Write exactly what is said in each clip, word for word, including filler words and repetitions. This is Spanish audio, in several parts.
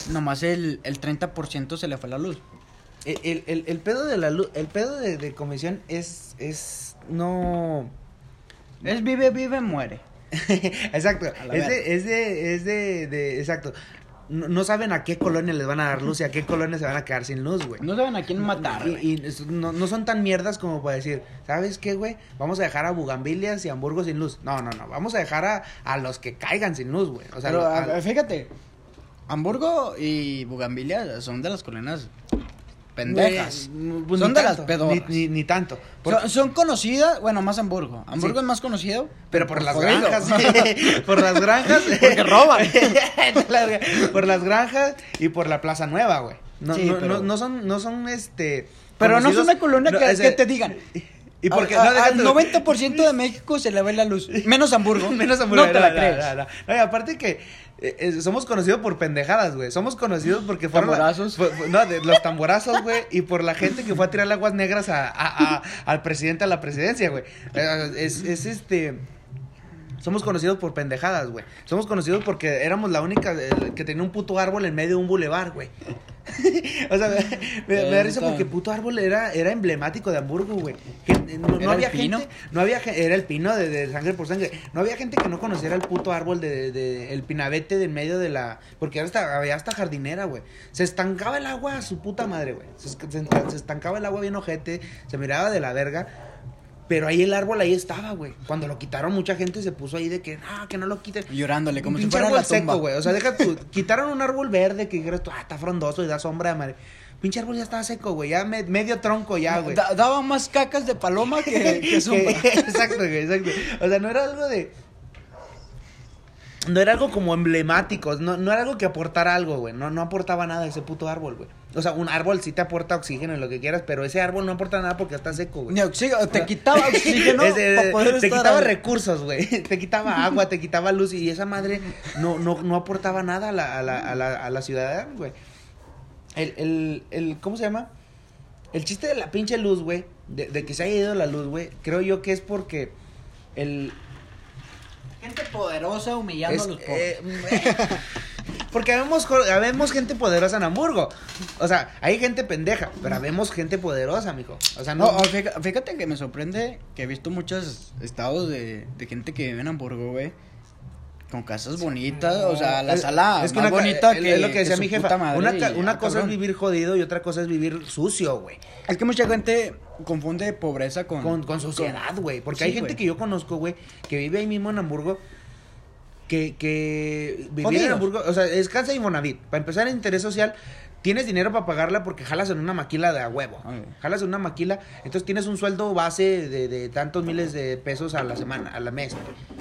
nomás el, el treinta por ciento se le fue la luz. El, el, el, el pedo de la luz, el pedo de, de comisión es, es, no... Es vive, vive, muere. Exacto, es de, es de, es de, de, exacto. No, no saben a qué colonia les van a dar luz y a qué colonia se van a quedar sin luz, güey. No saben a quién matar. Y, y no, no son tan mierdas como para decir, ¿sabes qué, güey? Vamos a dejar a Bugambilias y Hamburgo sin luz. No, no, no. Vamos a dejar a, a los que caigan sin luz, güey. O sea, pero, a, a, fíjate, Hamburgo y Bugambilia son de las colonias pendejas. Pues, son ni de tanto, las pedoras. Ni, ni, ni tanto. Porque... Son, son conocidas, bueno, más Hamburgo. Hamburgo sí. es más conocido. Pero por, por las jodido. granjas. Por las granjas. Porque roban. Por las granjas y por la Plaza Nueva, güey. No, sí, no, pero... no, no son, no son este. Pero no es una colonia no, que, ese... que te digan. Y porque a, no, al noventa por ciento de México se le ve la luz. Menos Hamburgo. Menos Hamburgo. No te la no, crees. No, no, no. No, y aparte que eh, eh, somos conocidos por pendejadas, güey. Somos conocidos porque fueron... Tamborazos. La, fue, no, de los tamborazos, güey. Y por la gente que fue a tirar aguas negras a, a, a, al presidente a la presidencia, güey. Eh, es, es este... Somos conocidos por pendejadas, güey. Somos conocidos porque éramos la única eh, que tenía un puto árbol en medio de un bulevar, güey. O sea, me, me, me da risa porque puto árbol era, era emblemático de Hamburgo, güey. No, no había gente, no había era el pino de, de sangre por sangre. No había gente que no conociera el puto árbol de, de, de el pinabete de en medio de la, porque hasta, había hasta jardinera, güey. Se estancaba el agua a su puta madre, güey. Se, se, se estancaba el agua bien ojete, se miraba de la verga. Pero ahí el árbol ahí estaba, güey. Cuando lo quitaron, mucha gente se puso ahí de que, ah, que no lo quiten. Llorándole, como si fuera la seco, tumba. güey. O sea, deja tú, quitaron un árbol verde que dijeras tú, ah, está frondoso y da sombra de madre. Pinche árbol ya estaba seco, güey. Ya me, medio tronco ya, güey. Da, daba más cacas de paloma que, que sombra. Exacto, güey, exacto. O sea, no era algo de... No era algo como emblemático, no, no era algo que aportara algo, güey. No, no aportaba nada ese puto árbol, güey. O sea, un árbol sí te aporta oxígeno y lo que quieras, pero ese árbol no aporta nada porque está seco, güey. Ni oxígeno, te quitaba oxígeno ese, para poder Te estar quitaba ahí. recursos, güey. Te quitaba agua, te quitaba luz y esa madre no, no, no aportaba nada a la, a la, a la, a la ciudad, güey. El, el, el, ¿cómo se llama? El chiste de la pinche luz, güey, de, de que se haya ido la luz, güey, creo yo que es porque el... Gente poderosa humillando es, a los pobres. Eh, porque habemos, habemos gente poderosa en Hamburgo. O sea, hay gente pendeja, pero habemos gente poderosa, mijo. O sea, no. no fíjate, fíjate que me sorprende que he visto muchos estados de, de gente que vive en Hamburgo, güey. Con casas bonitas, no, o sea, la sala es que más una, bonita es, que es lo que decía que mi jefa. Madre una, y, una cosa cabrón. Es vivir jodido y otra cosa es vivir sucio, güey. Es que mucha gente confunde pobreza con... Con, con suciedad, güey. Porque sí, hay gente wey. que yo conozco, güey, que vive ahí mismo en Hamburgo, que, que vivir Jodidos. en Hamburgo, o sea, es casa de Infonavit. Para empezar, en interés social, tienes dinero para pagarla porque jalas en una maquila de a huevo. Ay. Jalas en una maquila, entonces tienes un sueldo base de, de tantos miles de pesos a la semana, a la mes.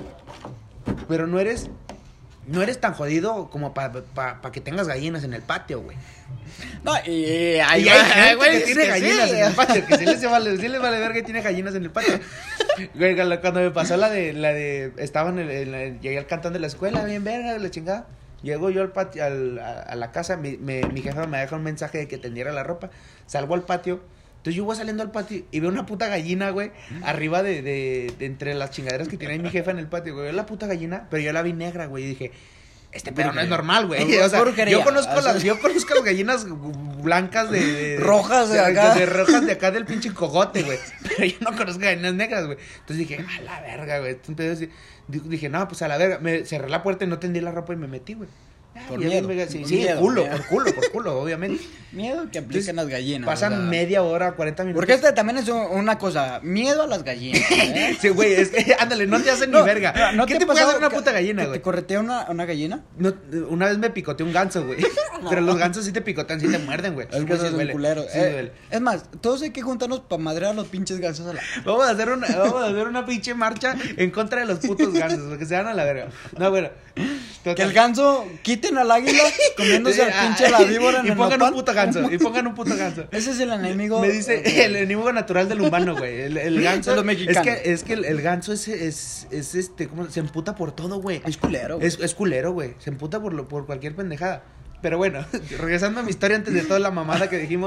Pero no eres... No eres tan jodido como para pa, pa que tengas gallinas en el patio, güey. No, y, y, hay, y hay gente güey, que tiene que gallinas sí. en el patio, que sí les vale, sí les vale ver que tiene gallinas en el patio. Güey, cuando me pasó la de, la de, estaba en el, en el llegué al cantón de la escuela, bien verga, la chingada. Llego yo al patio, al, a, a la casa, mi, me, mi jefa me deja un mensaje de que tendiera la ropa. Salgo al patio. Entonces yo voy saliendo al patio y veo una puta gallina, güey, arriba de, de, de entre las chingaderas que tiene mi jefa en el patio, güey. Veo la puta gallina, pero yo la vi negra, güey, y dije, este pedo no es normal, güey. O sea, yo conozco las, yo conozco las gallinas blancas de, de rojas de, de acá. De, de rojas de acá del pinche cogote, güey. Pero yo no conozco gallinas negras, güey. Entonces dije, a la verga, güey. Entonces dije, no, pues a la verga. Me cerré la puerta y no tendí la ropa y me metí, güey. Por miedo, me, sí, por sí miedo, culo, miedo. por culo, por culo, obviamente. Miedo que apliquen Entonces, las gallinas. Pasan o sea, media hora, cuarenta minutos. Porque este también es una cosa, miedo a las gallinas. ¿eh? Sí, güey, es que, ándale, no te hacen no, ni verga. No, no ¿Qué te, te puede hacer una puta gallina, güey? ¿Te corretea una, una gallina? No, una vez me picoteé un ganso, güey. No. Pero los gansos sí te picotean, sí te muerden, güey. Es que eso es un culero. Sí, eh, es más, todos hay que juntarnos para madrear a los pinches gansos a la... Vamos a hacer una, vamos a hacer una pinche marcha en contra de los putos gansos, porque se van a la verga. No, bueno. Total. Que el ganso quiten al águila comiéndose al pinche la víbora en y el pongan nopal. un puto ganso, y pongan un puto ganso. Ese es el enemigo. Me dice, okay. El enemigo natural del humano, güey. El, el ganso. De los mexicanos. Es que, es que el, el ganso es, es, es este, ¿cómo? Se emputa por todo, güey. Es culero, güey. Es, es culero, güey. Se emputa por, lo, por cualquier pendejada. Pero bueno, regresando a mi historia antes de toda la mamada que dijimos.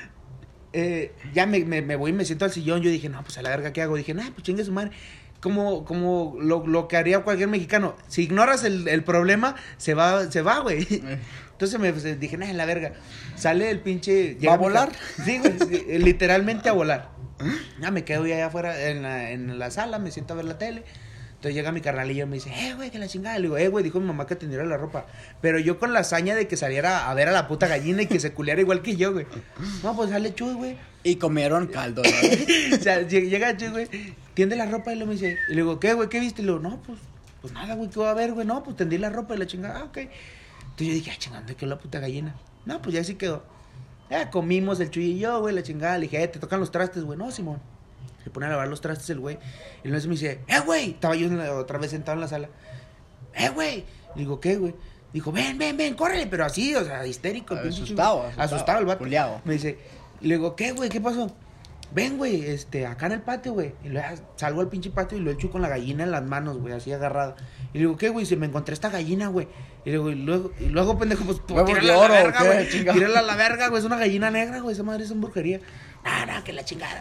Eh, ya me, me, me voy y me siento al sillón. Yo dije, no, pues a la verga, ¿qué hago? Dije, nah, pues chingue su madre. Como, como lo, lo que haría cualquier mexicano. Si ignoras el, el problema, se va, se va, güey. Entonces me pues, dije, nah, la verga. Sale el pinche... ¿Va a volar? Ca... Sí, güey, sí, literalmente a volar. Ya me quedo ya allá afuera en la, en la sala, me siento a ver la tele. Entonces llega mi carnalillo y me dice, eh, güey, que la chingada. Le digo, eh, güey, dijo mi mamá que tendiera la ropa. Pero yo con la hazaña de que saliera a ver a la puta gallina y que se culiara igual que yo, güey. No, pues sale Chuy, güey. Y comieron caldo, ¿no? O sea, llega Chuy, güey, tiende la ropa y luego me dice, y le digo, ¿qué, güey, qué viste? Y le digo, no, pues, pues nada, güey, ¿qué va a ver, güey? No, pues tendí la ropa y la chingada, ah, ok. Entonces yo dije, ah, chingando, ¿qué la puta gallina? No, pues ya así quedó. Ya comimos el Chuy y yo, güey, la chingada. Le dije, eh, te tocan los trastes, güey. No, Simón. Se pone a lavar los trastes el güey. Y luego me dice, eh, güey. Estaba yo la, otra vez sentado en la sala. Eh, güey. Le digo, ¿qué, güey? Dijo, ven, ven, ven, córrele. Pero así, o sea, histérico. Asustado, asustado. Asustado, asustado el vato. Culeado. Me dice, le digo, ¿qué, güey? ¿Qué pasó? Ven, güey, este, acá en el patio, güey. Y luego salgo al pinche patio y lo echo con la gallina en las manos, güey, así agarrada. Y le digo, ¿qué, güey? Si me encontré esta gallina, güey. Y le digo, y luego, y luego pendejo, pues, pues tírala a la verga, güey. Tírala a la verga, güey. Es una gallina negra, güey. Esa madre es una brujería. No, no, que la chingada.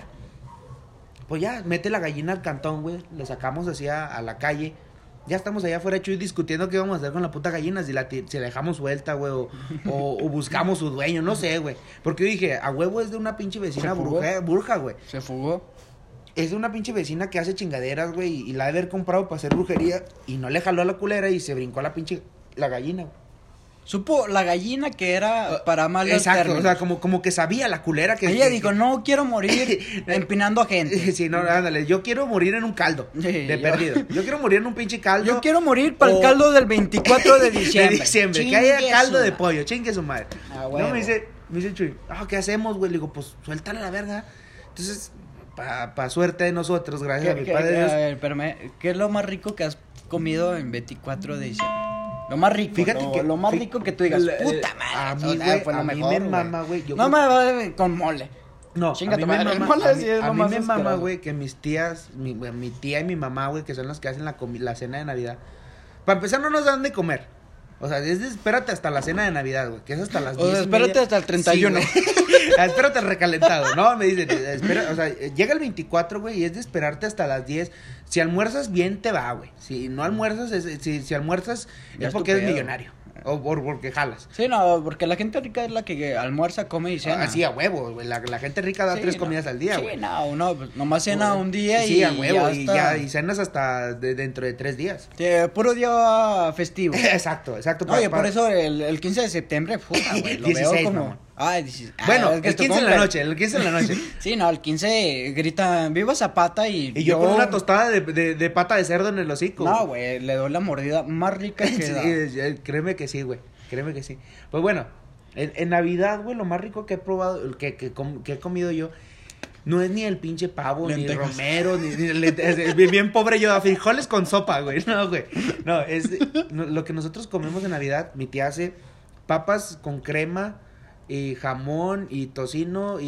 Pues ya, mete la gallina al cantón, güey. Le sacamos así a, a la calle. Ya estamos allá afuera, Chuy, discutiendo qué vamos a hacer con la puta gallina. Si la, si la dejamos suelta, güey, o, o, o buscamos su dueño, no sé, güey. Porque yo dije, a huevo es de una pinche vecina bruja, bruja, güey. Se fugó. Es de una pinche vecina que hace chingaderas, güey, y, y la ha de haber comprado para hacer brujería. Y no le jaló a la culera y se brincó a la pinche, la gallina, güey. Supo la gallina que era para malos Exacto, términos. O sea, como, como que sabía la culera que... Ella que, dijo, no quiero morir empinando a gente. Sí, no, ándale, yo quiero morir en un caldo, Sí, de yo- perdido. Yo quiero morir en un pinche caldo. Yo quiero morir para el o- caldo del veinticuatro de diciembre. De diciembre, que Chingue haya caldo su de madre. pollo, chingue su madre. Ah, No, huevo. me dice, me dice Chuy, ah, ¿qué hacemos, güey? Le digo, pues, suéltale la verga. Entonces, para pa suerte de nosotros, gracias a ¿Qué, mi qué- padre qué- Dios. a ver, espérame, ¿qué es lo más rico que has comido en veinticuatro de diciembre? Lo más rico, Fíjate lo, que- lo más fí- rico que tú digas, la- puta eh, madre. a mí, o sea, güey, fue lo a mí mejor, me güey. mama, güey, yo No creo- me va a- con mole. No, Chinga a mí tu me madre, el mama, mole a sí mí, es a lo mí más me mama, asqueroso. güey, que mis tías, mi, mi tía y mi mamá, güey, que son las que hacen la, comi- la cena de Navidad. Para empezar, no nos dan de comer. O sea, es de espérate hasta la cena de Navidad, güey, que es hasta las O diez sea, y espérate media. hasta el treinta y uno. Sí, güey. Ah, espérate el recalentado, ¿no? Me dicen, espera, o sea, llega el veinticuatro, güey, y es de esperarte hasta las diez. Si almuerzas bien, te va, güey. Si no almuerzas, es- si, si almuerzas, Ya es es porque tu eres pedo. millonario. O por, porque jalas. Sí, no, porque la gente rica es la que almuerza, come y cena. Así a huevo, güey. La, la gente rica da Sí, tres no. comidas al día, Sí, güey. no, uno pues, nomás cena un día y Sí, a huevo, ya y está. ya, y cenas hasta de- dentro de tres días. Sí, puro día festivo. Exacto, exacto. No, pa- yo pa- por eso el, el quince de septiembre, puta, güey, lo dieciséis, veo como... mamón. Ah, dieciséis. Ah, Bueno, es que el esto quince en como la que- noche, el quince en la noche. Sí, no, el quince grita, viva Zapata y... Y yo con una tostada de, de, de pata de cerdo en el hocico. No, güey, le doy la mordida más rica que Sí, da. eh, créeme que sí, güey. Créeme que sí. Pues bueno, en, en Navidad, güey, lo más rico que he probado, que, que, com- que he comido yo, no es ni el pinche pavo, Lentejas. ni romero, ni, ni lente- es- es bien, bien pobre yo, frijoles con sopa, güey. No, güey. No, es no, lo que nosotros comemos en Navidad. Mi tía hace papas con crema, y jamón, y tocino,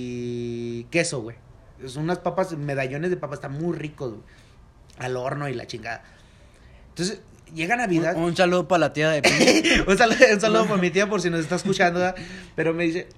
y queso, güey. Son unas papas, medallones de papas, están muy ricos, güey. Al horno y la chingada. Entonces, llega Navidad. Un, un saludo para la tía de Pini. un saludo, un saludo para mi tía por si nos está escuchando, ¿verdad? Pero me dice,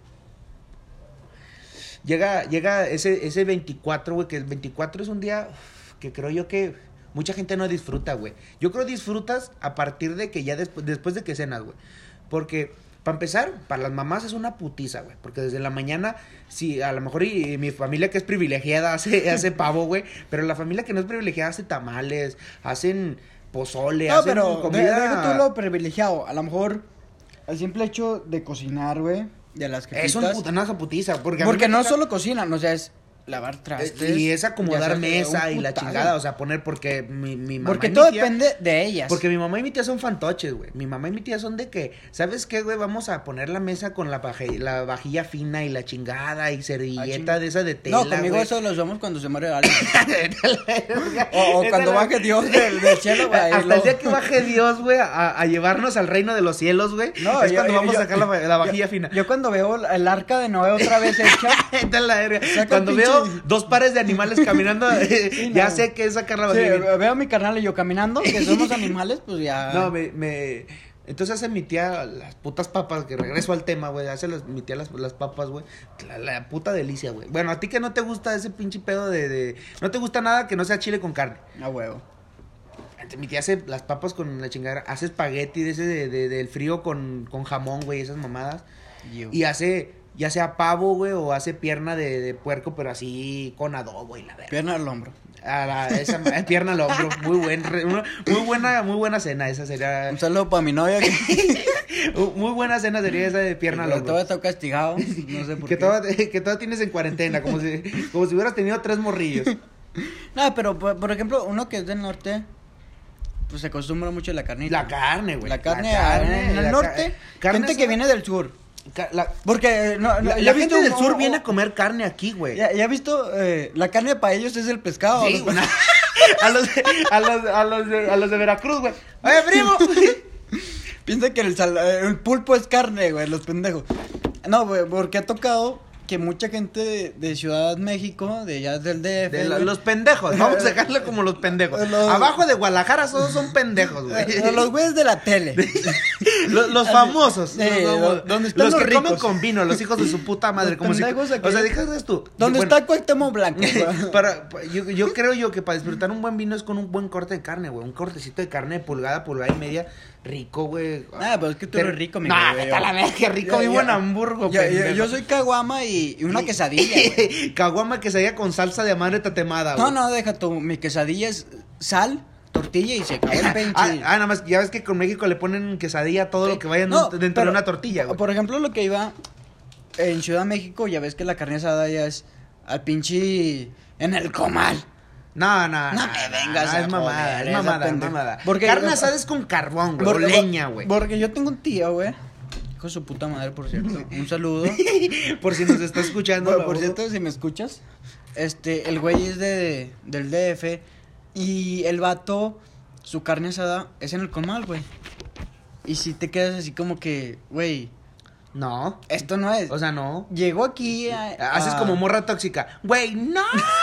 llega llega ese ese veinticuatro, güey, que el veinticuatro es un día uf, que creo yo que mucha gente no disfruta, güey. Yo creo disfrutas a partir de que ya después después de que cenas, güey. Porque para empezar, para las mamás es una putiza, güey, porque desde la mañana sí, a lo mejor y, y mi familia que es privilegiada hace hace pavo, güey, pero la familia que no es privilegiada hace tamales, hacen pozole, No, hacen pero de- comida. deja tú lo privilegiado. A lo mejor el simple hecho de cocinar, güey, de las que Es un putanazo putiza. Porque, a mí Porque me no toca- solo cocinan, o sea, es lavar trastes. Y es acomodar ya sabes, mesa un y la putazo. chingada, o sea, poner porque mi, mi mamá Porque y mi todo tía- depende de ellas. Porque mi mamá y mi tía son fantoches, güey. Mi mamá y mi tía son de que, ¿sabes qué, güey? Vamos a poner la mesa con la, paje- la vajilla fina y la chingada y servilleta Ah, ching- de esa de tela, No, conmigo güey. eso lo usamos cuando se muere alguien. o o Esa cuando la- baje Dios del, del cielo, güey. ahí Hasta lo- el día que baje Dios, güey, a, a llevarnos al reino de los cielos, güey. No, es yo- cuando yo- vamos yo- a sacar la, la vajilla yo- fina. Yo cuando veo el arca de Noé otra vez hecha, Está en la verga. Saca Cuando pinche- veo dos pares de animales caminando, Sí, ya no. sé que es sacar la sí, vajilla fina. veo a mi carnal y yo caminando, que somos animales, pues ya. No, me, me... Entonces hace mi tía las putas papas, que regreso al tema, güey. Hace las, mi tía las, las papas, güey. La, la puta delicia, güey. Bueno, a ti que no te gusta ese pinche pedo de, de... No te gusta nada que no sea chile con carne. A huevo. Mi tía hace las papas con la chingada, hace espagueti de ese de, de, del frío con, con jamón, güey, esas mamadas. Yo. Y hace, ya sea pavo, güey, o hace pierna de, de puerco, pero así con adobo y la verga. Pierna al hombro. A la, esa pierna al hombro, muy buen, una, muy buena, muy buena cena, esa sería. Un saludo para mi novia. Que... muy buena cena sería esa de pierna al hombro. Todavía está castigado, no sé por que qué. Toda, que todavía tienes en cuarentena, como si, como si hubieras tenido tres morrillos. No, pero por, por ejemplo, uno que es del norte, pues se acostumbra mucho a la carnita. La carne, güey. La carne, la carne en el norte, ca gente que viene del sur. La, Porque no, la, la gente del sur viene a comer carne aquí, güey. Ya, ya he visto, eh, la carne para ellos es el pescado. Sí, güey. a, los, a, los, a, los de, a los de Veracruz, güey. Oye, primo. Piensa que el, sal, el pulpo es carne, güey, los pendejos. No, güey, porque ha tocado que mucha gente de, de Ciudad México, de allá del D F. De la, los pendejos, vamos a dejarle como los pendejos. Los, Abajo de Guadalajara todos son pendejos, güey. Los güeyes de la tele. los, los famosos. Sí, los, donde están los, los que ricos. comen con vino, los hijos de su puta madre. Como si, o sea, dejas tú. ¿Dónde bueno, está Cuauhtémoc Blanco? para, para, yo, yo creo yo que para disfrutar un buen vino es con un buen corte de carne, güey. Un cortecito de carne de pulgada, pulgada y media. Rico, güey. Ah, pero es que tú eres rico, mi güey. Nah, vete a la verga, que rico. Vivo en Hamburgo, yo, yo, yo soy caguama y, y una quesadilla, güey. Caguama, quesadilla con salsa de madre tatemada, güey. No, no, deja tú. Mi quesadilla es sal, tortilla y se acabó el pinche. Ah, ah, nada más, ya ves que con México le ponen quesadilla a todo sí. lo que vaya no, dentro pero, de una tortilla, güey. Por ejemplo, lo que iba en Ciudad de México, ya ves que la carne asada ya es al pinche en el comal. No, no, no. No me vengas no, a es mamada, joder, es mamada, es mamada. Porque carne asada es con carbón, güey, o leña, güey. Porque yo tengo un tío, güey. Hijo de su puta madre, por cierto. Un saludo. Por si nos está escuchando. Por, por cierto, si me escuchas. Este, el güey es de del D F. Y el vato, su carne asada es en el comal, güey. Y si te quedas así como que, güey. No. Esto no es. O sea, no. Llegó aquí a... a... Haces como morra tóxica. Güey, no.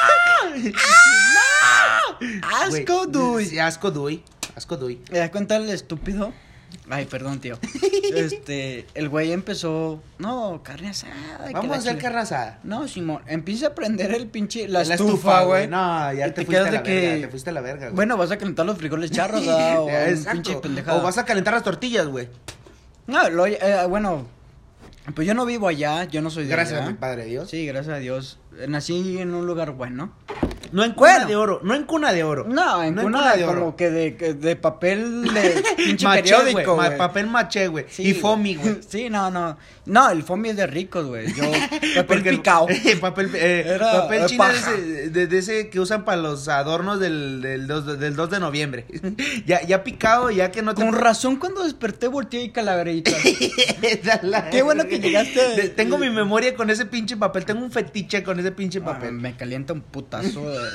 ¡No! Asco, duy. Sí, asco, duy. Asco, duy. ¿Te das cuenta el estúpido? Ay, perdón, tío. Este, el güey empezó, no, carne asada. Vamos a hacer chile. carne asada. No, Simón, empieza a prender el pinche, la, la estufa, güey. No, ya te, te fuiste a la que... verga, te fuiste a la verga, güey. Bueno, vas a calentar los frijoles charros, ¿verdad? O un pinche pendejada. O vas a calentar las tortillas, güey. No, lo, eh, bueno, pues yo no vivo allá, yo no soy de Gracias allá. a mi padre Dios. Sí, gracias a Dios. Nací en un lugar bueno. No en cuna bueno, de oro, no en cuna de oro. No, en, no cuna, en cuna de oro. Como que de, de papel de pinche maché, periódico, güey. Ma papel maché, güey. Sí, y foamy, güey. Sí, no, no. No, el foamy es de ricos, güey. Yo, papel picado. Eh, papel eh, Era, papel chino de ese, de, de ese que usan para los adornos del, del, dos, del dos de noviembre. ya, ya picado, ya que no te... Con razón, cuando desperté volteé y calaverita. Qué bueno que llegaste. De, tengo mi memoria con ese pinche papel. Tengo un fetiche con ese pinche papel. Ah, me calienta un putazo. el,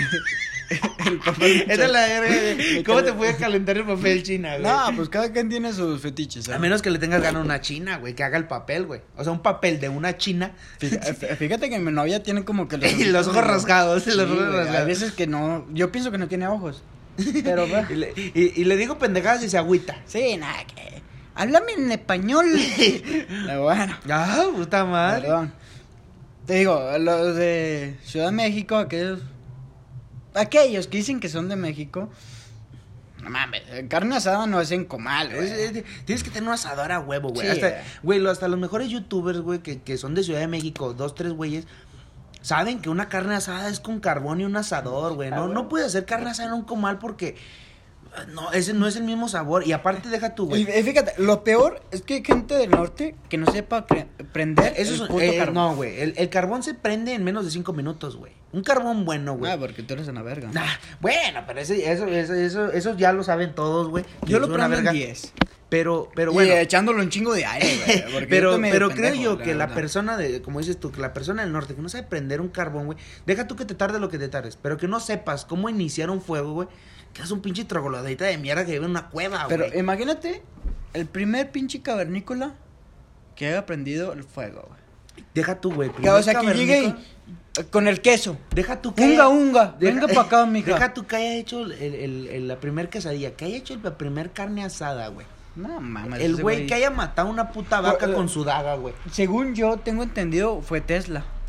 el papel. Esa la verga. ¿Cómo te puede calentar el papel china, güey? No, pues cada quien tiene sus fetiches. ¿eh? A menos que le tengas ganas a una china, güey, que haga el papel, güey. O sea, un papel de una china. Fíjate, fíjate que mi novia tiene como que los, los ojos rasgados. Sí, los ojos rasgados. Hay veces que no. Yo pienso que no tiene ojos. Pero, y, le, y, y le digo pendejadas y se agüita. Sí, nada, que. Háblame en español. Pero bueno. Ah, puta madre. Perdón. Te digo, los de Ciudad de México, aquellos. Aquellos que dicen que son de México. No mames, carne asada no es en comal, güey. Es, es, tienes que tener un asador a huevo, güey. Sí, hasta, güey, lo, hasta los mejores youtubers, güey, que, que son de Ciudad de México, dos, tres güeyes, saben que una carne asada es con carbón y un asador, güey. No, no puedes hacer carne asada en un comal porque no, ese no es el mismo sabor. Y aparte, deja tú, güey. Y fíjate, lo peor es que hay gente del norte que no sepa prender Eso el es, puto eh, carbón. No, güey, el, el carbón se prende en menos de cinco minutos, güey. Un carbón bueno, güey. Ah, porque tú eres una verga. Nah, bueno, pero ese, eso, eso, eso, eso ya lo saben todos, güey. Yo lo prendo en diez. Pero, pero bueno. Y echándolo un chingo de aire, güey. pero, pero creo yo que la persona de, como dices tú, que la persona del norte que no sabe prender un carbón, güey, deja tú que te tarde lo que te tardes, pero que no sepas cómo iniciar un fuego, güey, que es un pinche troglodita de mierda que vive en una cueva, güey. Pero imagínate el primer pinche cavernícola que haya prendido el fuego, güey. Deja tú, güey. O sea, que llegue y, con el queso. Deja tú que unga, haya, unga. Deja, venga para acá, mija. Deja tú que haya hecho el, el, el, la primer quesadilla, que haya hecho la primer carne asada, güey. No, mames. El güey que haya matado una puta vaca uh, con su daga, güey. Según yo tengo entendido, fue Tesla.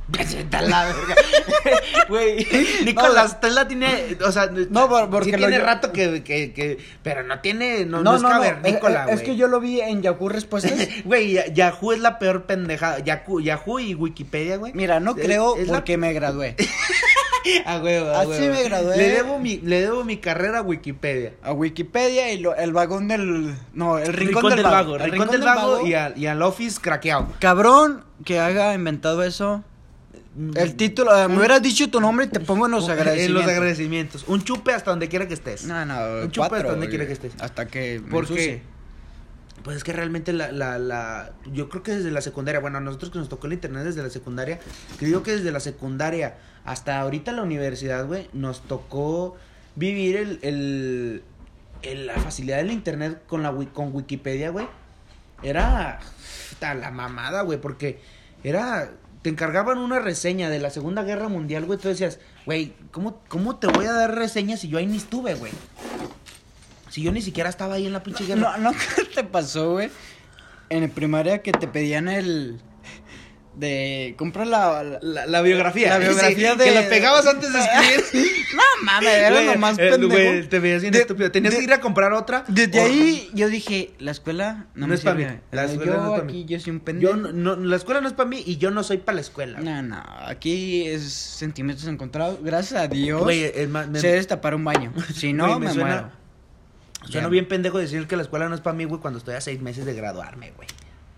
Vete a la verga. Güey, Nicolás no, Tesla tiene, o sea, no, porque sí tiene lo... rato que, que, que, pero no tiene, no, no, no es no, cavernícola, güey. Es, es que yo lo vi en Yahoo Respuestas. Güey, Yahoo es la peor pendejada. Yahoo, Yahoo y Wikipedia, güey. Mira, no creo es porque la... me gradué. A huevo, a Así huevo. me gradué. Le debo mi, le debo mi carrera a Wikipedia. A Wikipedia y lo, el vagón del... No, el rincón, rincón del, del vago. vago. El Rincón, rincón del vago, vago y, a, y al Office craqueado. Cabrón que haya inventado eso. El título, un, me hubieras dicho tu nombre y te pongo en los agradecimientos. En los agradecimientos. Un chupe hasta donde quiera que estés. No, no, un chupe cuatro, hasta donde quiera que estés. Hasta que me Porque, ensucie. Pues es que realmente la, la, la, yo creo que desde la secundaria, bueno, a nosotros que nos tocó el internet desde la secundaria, creo que desde la secundaria hasta ahorita la universidad, güey, nos tocó vivir el, el, el la facilidad del internet con la con Wikipedia, güey. Era la mamada, güey, porque era, te encargaban una reseña de la Segunda Guerra Mundial, güey, tú decías, güey, ¿cómo, ¿cómo te voy a dar reseñas si yo ahí ni estuve, güey? Si yo ni siquiera estaba ahí en la pinche guerra. No, no, ¿qué te pasó, güey? En el primaria que te pedían el... De... Compra la... La, la, la biografía. La biografía sí, de... Que la pegabas antes de escribir. No, mames, era lo más eh, pendejo. Güey, te veías bien de, estúpido. Tenías de, que ir a comprar otra. Desde ahí yo dije, la escuela no, no me es para mí. La escuela yo no es para mí. Yo soy un pendejo. Yo no, no, la escuela no es para mí y yo no soy para la escuela. No, no, aquí es sentimientos encontrados. Gracias a Dios. Güey, es más, me... sé destapar un baño. Si no, güey, me, me suena... muero. Suena bien pendejo decir que la escuela no es para mí, güey, cuando estoy a seis meses de graduarme, güey.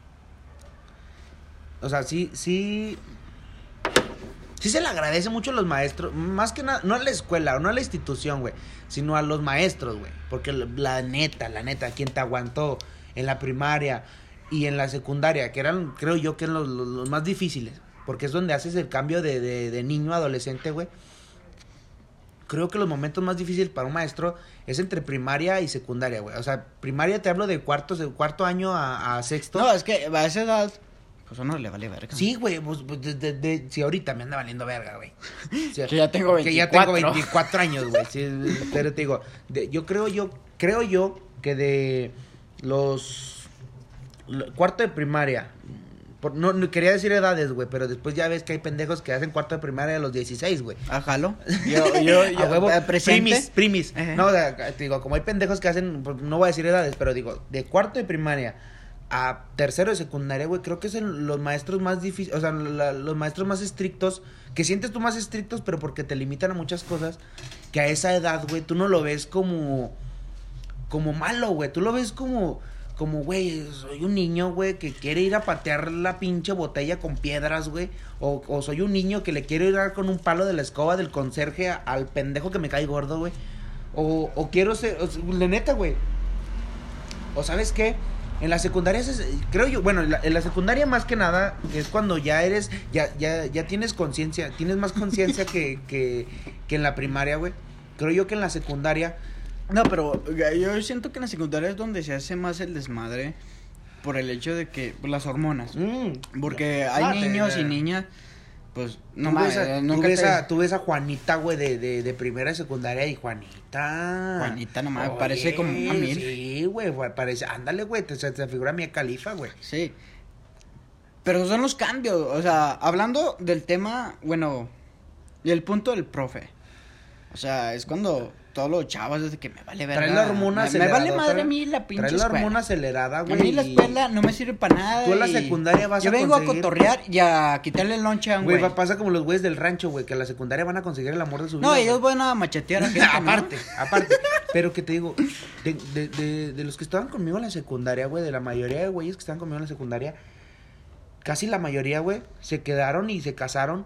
O sea, sí, sí... Sí se le agradece mucho a los maestros, más que nada, no a la escuela, no a la institución, güey, sino a los maestros, güey. Porque la neta, la neta, quien te aguantó en la primaria y en la secundaria, que eran, creo yo, que eran los, los, los más difíciles, porque es donde haces el cambio de, de, de niño a adolescente, güey. Creo que los momentos más difíciles para un maestro es entre primaria y secundaria, güey. O sea, primaria te hablo de cuarto, de cuarto año a, a sexto. No, es que a esa edad, pues uno le vale verga. Sí, güey, pues, pues de, de, de, si ahorita me anda valiendo verga, güey. O sea, que ya tengo veinticuatro. Que ya tengo veinticuatro años, güey. Sí, pero te digo, de, yo creo yo, creo yo que de los lo, cuarto de primaria, por, no, no quería decir edades, güey, pero después ya ves que hay pendejos que hacen cuarto de primaria a los dieciséis, güey. Ah, jalo. Yo, yo, yo, a huevo, eh, primis, primis. Ajá. No, o sea, te digo, como hay pendejos que hacen, no voy a decir edades, pero digo, de cuarto de primaria a tercero de secundaria, güey, creo que son los maestros más difíciles, o sea, la, los maestros más estrictos, que sientes tú más estrictos, pero porque te limitan a muchas cosas, que a esa edad, güey, tú no lo ves como, como malo, güey, tú lo ves como, como, güey, soy un niño, güey, que quiere ir a patear la pinche botella con piedras, güey, o, o soy un niño que le quiero ir a dar con un palo de la escoba del conserje a, al pendejo que me cae gordo, güey, o, o quiero ser, o, la neta, güey, o ¿sabes qué? En la secundaria, creo yo, bueno, en la, en la secundaria más que nada es cuando ya eres, ya ya ya tienes conciencia, tienes más conciencia que, que, que en la primaria, güey. Creo yo que en la secundaria... No, pero yo siento que en la secundaria es donde se hace más el desmadre por el hecho de que, pues, las hormonas. Mm, porque hay ah, niños te... y niñas, pues, no más. Tú, ves te... a, tú ves a Juanita, güey, de, de, de primera y secundaria y Juanita. Juanita nomás, Oye, parece como una mil. Sí, güey, parece, ándale, güey, te, te, te figura Mia Khalifa, güey. Sí. Pero son los cambios, o sea, hablando del tema, bueno, y el punto del profe. O sea, es cuando todos los chavos desde que me vale verga. Trae la hormona me, acelerada. Me vale madre a mí la pinche Trae la escuela. hormona acelerada, güey. A mí la escuela no me sirve para nada. Tú en la secundaria vas yo a vengo conseguir... a cotorrear y a quitarle el lonche a un güey. Güey, pasa como los güeyes del rancho, güey, que a la secundaria van a conseguir el amor de su vida. No, güey. ellos van a machetear a gente, aparte, ¿no? aparte. Pero que te digo, de, de, de, de los que estaban conmigo en la secundaria, güey, de la mayoría de güeyes que estaban conmigo en la secundaria, casi la mayoría, güey, se quedaron y se casaron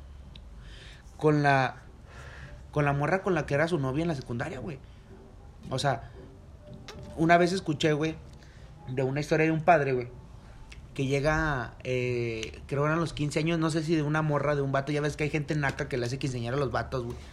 con la... con la morra con la que era su novia en la secundaria, güey. O sea, una vez escuché, güey, de una historia de un padre, güey, que llega, eh, creo que eran los quince años, no sé si de una morra, de un vato, ya ves que hay gente naca que le hace quinceañera a los vatos, güey.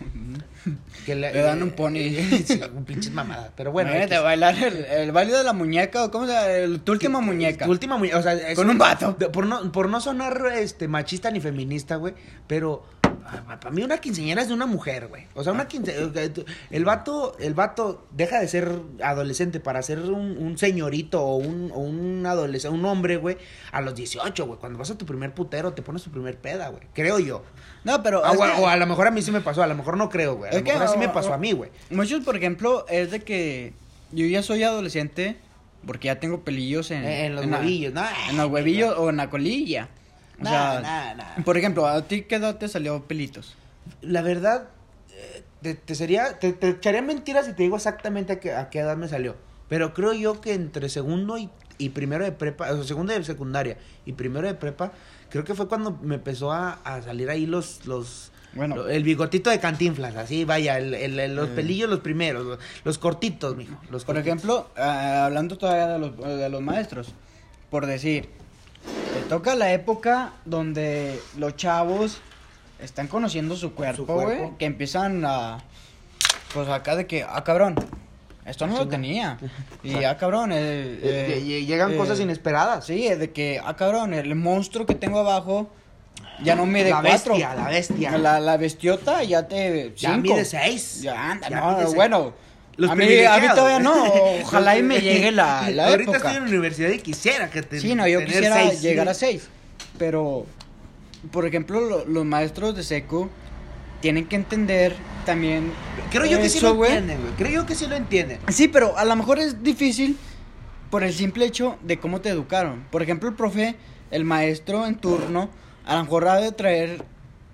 Que le, le dan un pony. Sí, un pinches mamada, pero bueno. Te bailar el, el baile de la muñeca, o cómo se llama, el, tu última que, muñeca. Tu última muñeca, o sea, con un vato. De, por no por no sonar este machista ni feminista, güey, pero para mí una quinceañera es de una mujer, güey. O sea, una quinceañera, el vato, el vato deja de ser adolescente para ser un, un señorito o un, o un adolescente, un hombre, güey, a los dieciocho, güey. Cuando vas a tu primer putero, te pones tu primer peda, güey. Creo yo. No, pero... Ah, es o, que- o a lo mejor a mí sí me pasó, a lo mejor no creo, güey. A lo Es que, mejor así me o- pasó o- a mí, güey. Muchos, por ejemplo, es de que yo ya soy adolescente porque ya tengo pelillos en... En los la- huevillos, no. En los huevillos o en la colilla. O Nah, sea, nah, nah. por ejemplo, ¿a ti qué edad te salió pelitos? La verdad, eh, te, te sería, te, te echaría mentiras si te digo exactamente a qué, a qué edad me salió. Pero creo yo que entre segundo y, y primero de prepa, o sea, segundo de secundaria y primero de prepa, creo que fue cuando me empezó a, a salir ahí los, los, Bueno. lo- el bigotito de Cantinflas, así, vaya, el, el- el- los Eh. pelillos los primeros, los, los cortitos, mijo, los Por cortitos. ejemplo, ah, hablando todavía de los, de los maestros, por decir, te toca la época donde los chavos están conociendo su cuerpo, cuerpo. güey, que empiezan a, pues acá de que, ah, cabrón, esto no lo Chinga. tenía, y ah, cabrón, eh, Eh, eh, lle- llegan eh, cosas inesperadas. sí, de que, ah, cabrón, el monstruo que tengo abajo ya no mide La cuatro. bestia, la bestia. La, la bestiota ya te, Ya cinco. mide seis. Ya anda, Ya no, mide seis. bueno, Los a mí, a mí privilegiados. todavía no, ojalá y me llegue la, la Ahorita época. estoy en la universidad y quisiera que te Sí, no, yo tener quisiera seis. llegar a seis. Pero, por ejemplo, lo- los maestros de secu tienen que entender también. Creo yo que sí eso, lo güey. entienden, güey. Creo yo que sí lo entienden. Sí, pero a lo mejor es difícil por el simple hecho de cómo te educaron. Por ejemplo, el profe, el maestro en turno, a lo mejor ha de traer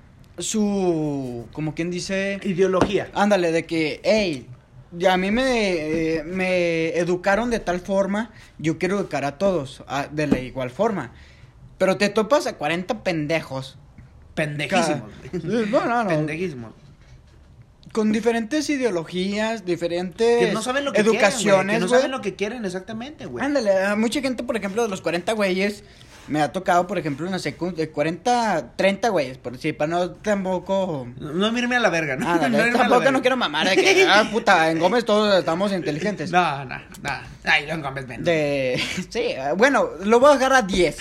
su, como quien dice, Ideología. ándale, de que, hey, ya a mí me, eh, me educaron de tal forma, yo quiero educar a todos a- de la igual forma. Pero te topas a cuarenta pendejos. Pendejísimos. Ca- güey. No, no, no. Pendejísimos. Con diferentes ideologías, diferentes Que no saben lo que educaciones, quieren, güey. Que no güey. saben lo que quieren exactamente, güey. Ándale, a mucha gente, por ejemplo, de los cuarenta güeyes, me ha tocado, por ejemplo, en la secu, de cuarenta, treinta güeyes, por decir, para no tampoco... No, no irme a la verga, ¿no? Ándale, no irme a la tampoco verga. no quiero mamar de que, ah, puta, en Gómez todos estamos inteligentes. No, no, no. Ay, no en Gómez menos. De... Sí, bueno, lo voy a dejar a diez.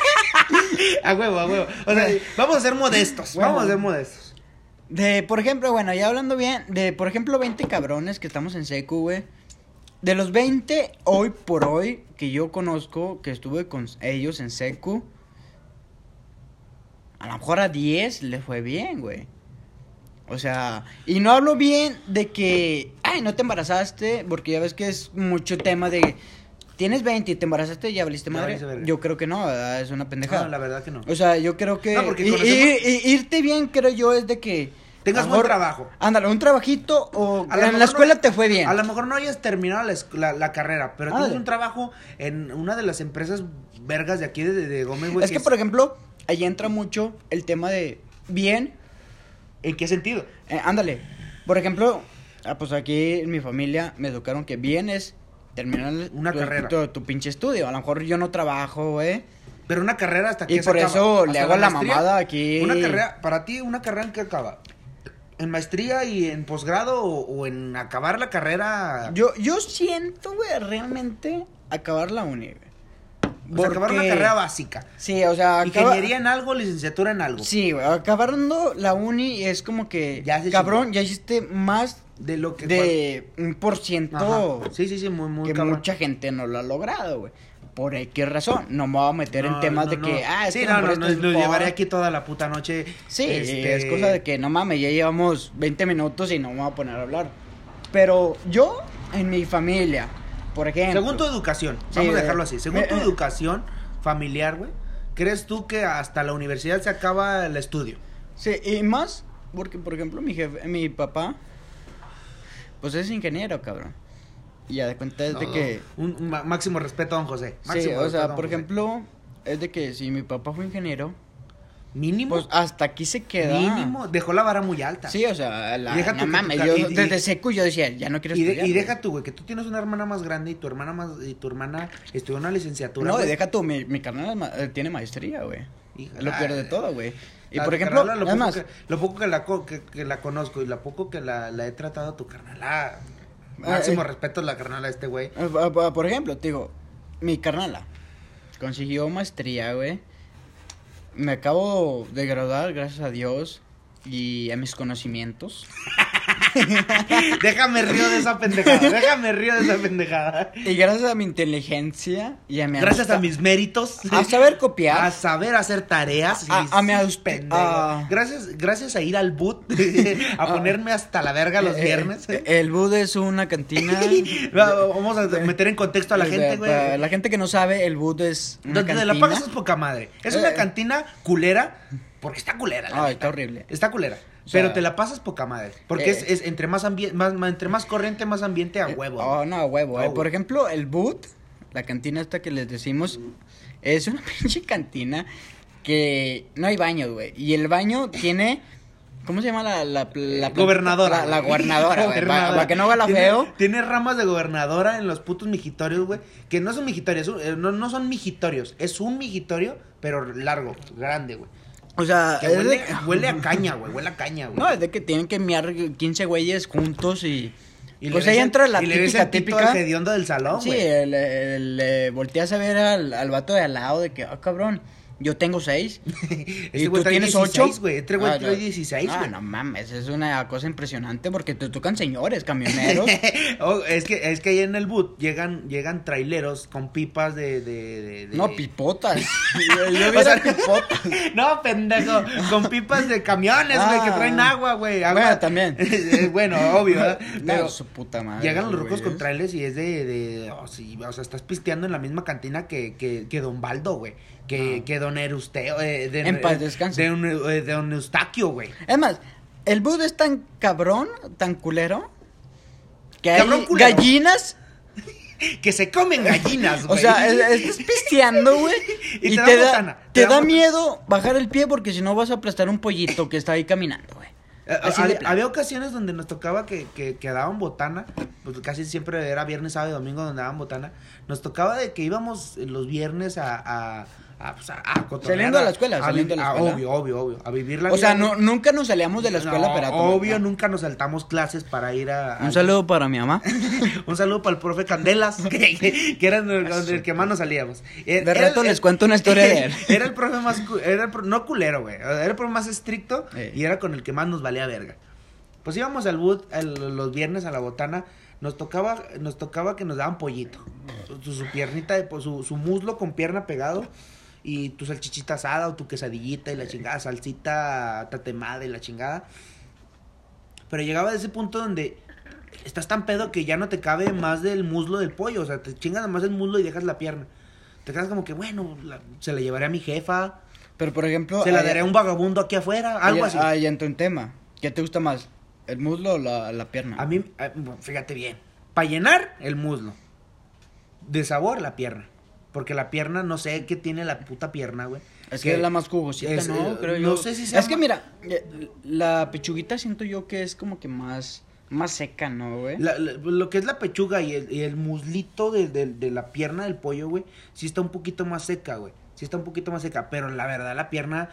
A huevo, a huevo. O sea, vamos a ser modestos. Bueno. Vamos a ser modestos. De, por ejemplo, bueno, ya hablando bien, de, por ejemplo, veinte cabrones que estamos en secu, güey. De los veinte, hoy por hoy, que yo conozco, que estuve con ellos en secu, a lo mejor a diez le fue bien, güey. O sea, y no hablo bien de que, ay, no te embarazaste, porque ya ves que es mucho tema de, tienes veinte y te embarazaste y ya valiste Ya madre. valiste verga. Yo creo que no, ¿verdad? Es una pendejada. No, la verdad que no. O sea, yo creo que... No, porque y- conocemos- y- y- irte bien, creo yo, es de que... Tengas a lo buen mejor- trabajo. Ándale, un trabajito o A lo en mejor la escuela no- te fue bien. A lo mejor no hayas terminado la, esc- la, la carrera, pero Ándale. tienes un trabajo en una de las empresas vergas de aquí de, de Gómez, güey. Es que, por ejemplo, ahí entra mucho el tema de bien. ¿En qué sentido? eh, ándale, por ejemplo, ah, pues aquí en mi familia me educaron que bien es terminar Una tu, carrera. Tu, tu pinche estudio. A lo mejor yo no trabajo, güey. Pero una carrera hasta que Y por eso le hago la mamada aquí. Una carrera, para ti, una carrera en qué acaba. ¿En maestría y en posgrado o, o en acabar la carrera? Yo, yo siento, güey, realmente acabar la uni, güey. O sea, acabar una Porque- carrera básica. Sí, o sea, acaba- Ingeniería en algo, licenciatura en algo. Sí, güey, acabando la uni es como que, Ya se cabrón, chingó. ya hiciste más De lo que... de un por ciento Ajá. Sí, sí, sí, muy, muy que cabrón. mucha gente no lo ha logrado, güey. Por X razón, no me voy a meter en No, temas no, de no. que, ah, es sí, que no, no, por no, esto es nos por- llevaré aquí toda la puta noche. Sí, este, es cosa de que no mames, ya llevamos veinte minutos y no me voy a poner a hablar. Pero yo, en mi familia, por ejemplo. Según tu educación, Sí, vamos a eh, dejarlo así. Según eh, tu eh. educación familiar, güey, ¿crees tú que hasta la universidad se acaba el estudio? Sí, y más, porque por ejemplo, mi jefe, mi papá, pues es ingeniero, cabrón. Y ya de cuenta es de No, que. Un, un ma- máximo respeto a don José. Sí, Máximo o respeto a sea, don por José. ejemplo, es de que si mi papá fue ingeniero, Mínimo. pues hasta aquí se queda. Mínimo. Dejó la vara muy alta. Sí, o sea, la, Y deja no tú que mames, tu ca- yo y- y- desde secu yo decía, ya no quiero Y, de- estudiar. y güey. deja tú, güey, que tú tienes una hermana más grande y tu hermana más y tu hermana estudió una licenciatura. No, y güey. deja tú, mi, mi carnal es ma- eh, tiene maestría, güey. Híjole. Es lo peor de todo, güey. Y La- por tu ejemplo, carnala, lo, además, poco que, lo poco que la, co- que, que la conozco y lo poco que la, la he tratado a tu carnala. Máximo eh. respeto a la carnala de este güey. eh, por- por por ejemplo, te digo, mi carnala consiguió maestría, güey. Me acabo de graduar, gracias a Dios. y a mis conocimientos. Déjame río de esa pendejada, déjame río de esa pendejada. Y gracias a mi inteligencia y a mi... Gracias a mis méritos. A saber copiar. A saber hacer tareas. A, a, a mi sus pendejos. A... Gracias, gracias a ir al boot. A ponerme hasta la verga los eh, viernes. Eh, el boot es una cantina. Vamos a meter en contexto a la gente, güey. Para la gente que no sabe, el boot es una Donde cantina. la pagas es poca madre. Es una cantina culera. Porque está culera. Ay, está horrible. Está culera. O sea, pero te la pasas poca madre. Porque eh, es, es entre más ambiente, más, más, entre más corriente, más ambiente a huevo. Eh, oh, no, a huevo. Oh, eh. Por ejemplo, el boot, la cantina esta que les decimos, es una pinche cantina que no hay baño, güey. Y el baño tiene... ¿Cómo se llama la... la, la gobernadora. La, la gobernadora, güey. Para pa que no huela feo. Tiene ramas de gobernadora en los putos mijitorios, güey. Que no son mijitorios, no, no son mijitorios. Es un mijitorio, pero largo, grande, güey. O sea, que huele, de... huele a caña, güey, huele a caña, güey. No, es de que tienen que miar quince güeyes juntos y... y pues ahí entra la y típica, le típica... el hediondo del salón, sí, güey. Sí, le, le volteas a ver al, al vato de al lado de que, ah, cabrón, yo tengo seis. Este güey trae tienes dieciséis, ocho. güey. Este güey ah, trae no. dieciséis, Ah, güey. no mames, es una cosa impresionante porque te tocan señores, camioneros. oh, es que es que ahí en el boot llegan llegan traileros con pipas de... de, de, de... No, pipotas. yo yo vi o sea, pipotas. No, pendejo, con pipas de camiones, güey, ah, que traen agua, güey. Agua. Bueno, también. bueno, obvio, ¿verdad? Pero no, su puta madre. Llegan los rucos con trailers y es de... de oh, sí, o sea, estás pisteando en la misma cantina que, que, que Don Baldo, güey. Que, ah. que Don Erusteo, eh, de, en paz descanse. De, de, de, de Don Eustaquio, güey. Es más, el bud es tan cabrón, tan culero, que cabrón hay culero. gallinas. Que se comen gallinas, güey. O sea, estás pisteando, güey. y, y te, te da, botana, te, te da, da miedo bajar el pie porque si no vas a aplastar un pollito que está ahí caminando, güey. Había, había ocasiones donde nos tocaba que, que, que daban botana, pues casi siempre era viernes, sábado y domingo donde daban botana. Nos tocaba de que íbamos los viernes a... a A, pues, a, a saliendo de la escuela, a, saliendo de la escuela. A, obvio, obvio, obvio. A vivir la o vida. sea, no, nunca nos salíamos de la escuela no, para tomar. Obvio, nunca nos saltamos clases para ir a. a un saludo para mi mamá. Un saludo para el profe Candelas, que, que, que era el, el que más nos salíamos. De era, rato era, les cuento una historia de él. Era el profe más. Era el, no culero, güey. Era el profe más estricto eh. y era con el que más nos valía verga. Pues íbamos al boot el, los viernes a la botana. Nos tocaba, nos tocaba que nos daban pollito. Su, su piernita, de, su, su muslo con pierna pegado. Y tu salchichita asada o tu quesadillita y la chingada, salsita tatemada y la chingada. Pero llegaba a ese punto donde estás tan pedo que ya no te cabe más del muslo del pollo. O sea, te chingas nada más el muslo y dejas la pierna. Te quedas como que, bueno, la, se la llevaré a mi jefa. Pero, por ejemplo... Se la daré a un vagabundo aquí afuera, algo así. Ah, ya entró en tema. ¿Qué te gusta más? ¿El muslo o la, la pierna? A mí, fíjate bien. Para llenar, el muslo. De sabor, la pierna. Porque la pierna, no sé qué tiene la puta pierna, güey. Es que, que es la más jugosita, es, ¿no? Eh, Creo no yo. sé si sea Es que mira, la pechuguita siento yo que es como que más, más seca, ¿no, güey? La, la, lo que es la pechuga y el, y el muslito de, de, de la pierna del pollo, güey, sí está un poquito más seca, güey. Sí está un poquito más seca, pero la verdad la pierna,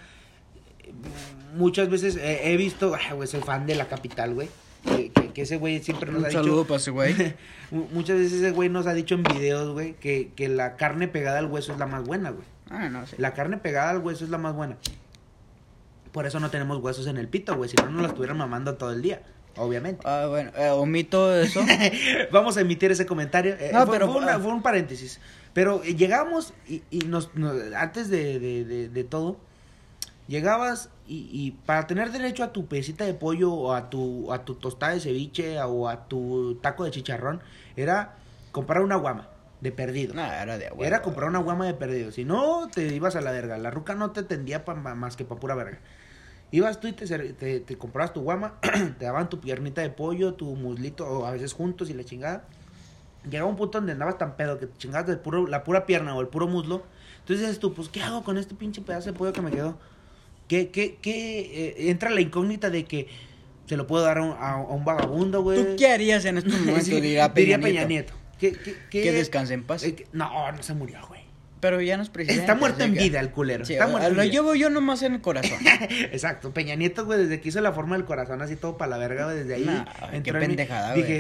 muchas veces he, he visto, ay, güey, soy fan de La Capital, güey. Que, que, que ese güey siempre nos un ha dicho... Un saludo para ese güey. Muchas veces ese güey nos ha dicho en videos, güey, que, que la carne pegada al hueso es la más buena, güey. Ah, no, sí. La carne pegada al hueso es la más buena. Por eso no tenemos huesos en el pito, güey. Si no, nos la estuvieran mamando todo el día. Obviamente. Ah, bueno, eh, omito eso. Vamos a emitir ese comentario. Eh, no, fue, pero... Fue, una, fue un paréntesis. Pero eh, llegamos y, y nos, nos... Antes de, de, de, de todo... Llegabas y, y para tener derecho a tu pesita de pollo o a tu, a tu tostada de ceviche o a tu taco de chicharrón, era comprar una guama de perdido. No, era de agua. Era comprar una guama de perdido. Si no, te ibas a la verga. La ruca no te tendía pa, más que para pura verga. Ibas tú y te, te, te comprabas tu guama, te daban tu piernita de pollo, tu muslito, o a veces juntos y la chingada. Llegaba un punto donde andabas tan pedo que te chingabas de puro, la pura pierna o el puro muslo. Entonces dices tú, pues, ¿qué hago con este pinche pedazo de pollo que me quedó? ¿Qué, qué, qué? Eh, entra la incógnita de que se lo puedo dar a un, a, a un vagabundo, güey. ¿Tú qué harías en estos momentos? Sí, diría Peña diría Nieto. Peña Nieto. ¿Qué, qué, qué, que descanse en paz. Eh, que, no, no se murió, güey. Pero ya no es presidente. Está muerto en que... vida el culero. Sí, Está muerto lo llevo yo nomás en el corazón. Exacto. Peña Nieto, güey, desde que hizo la forma del corazón así todo para la verga, güey, desde ahí. Nah, entró qué pendejada, mi... Dije,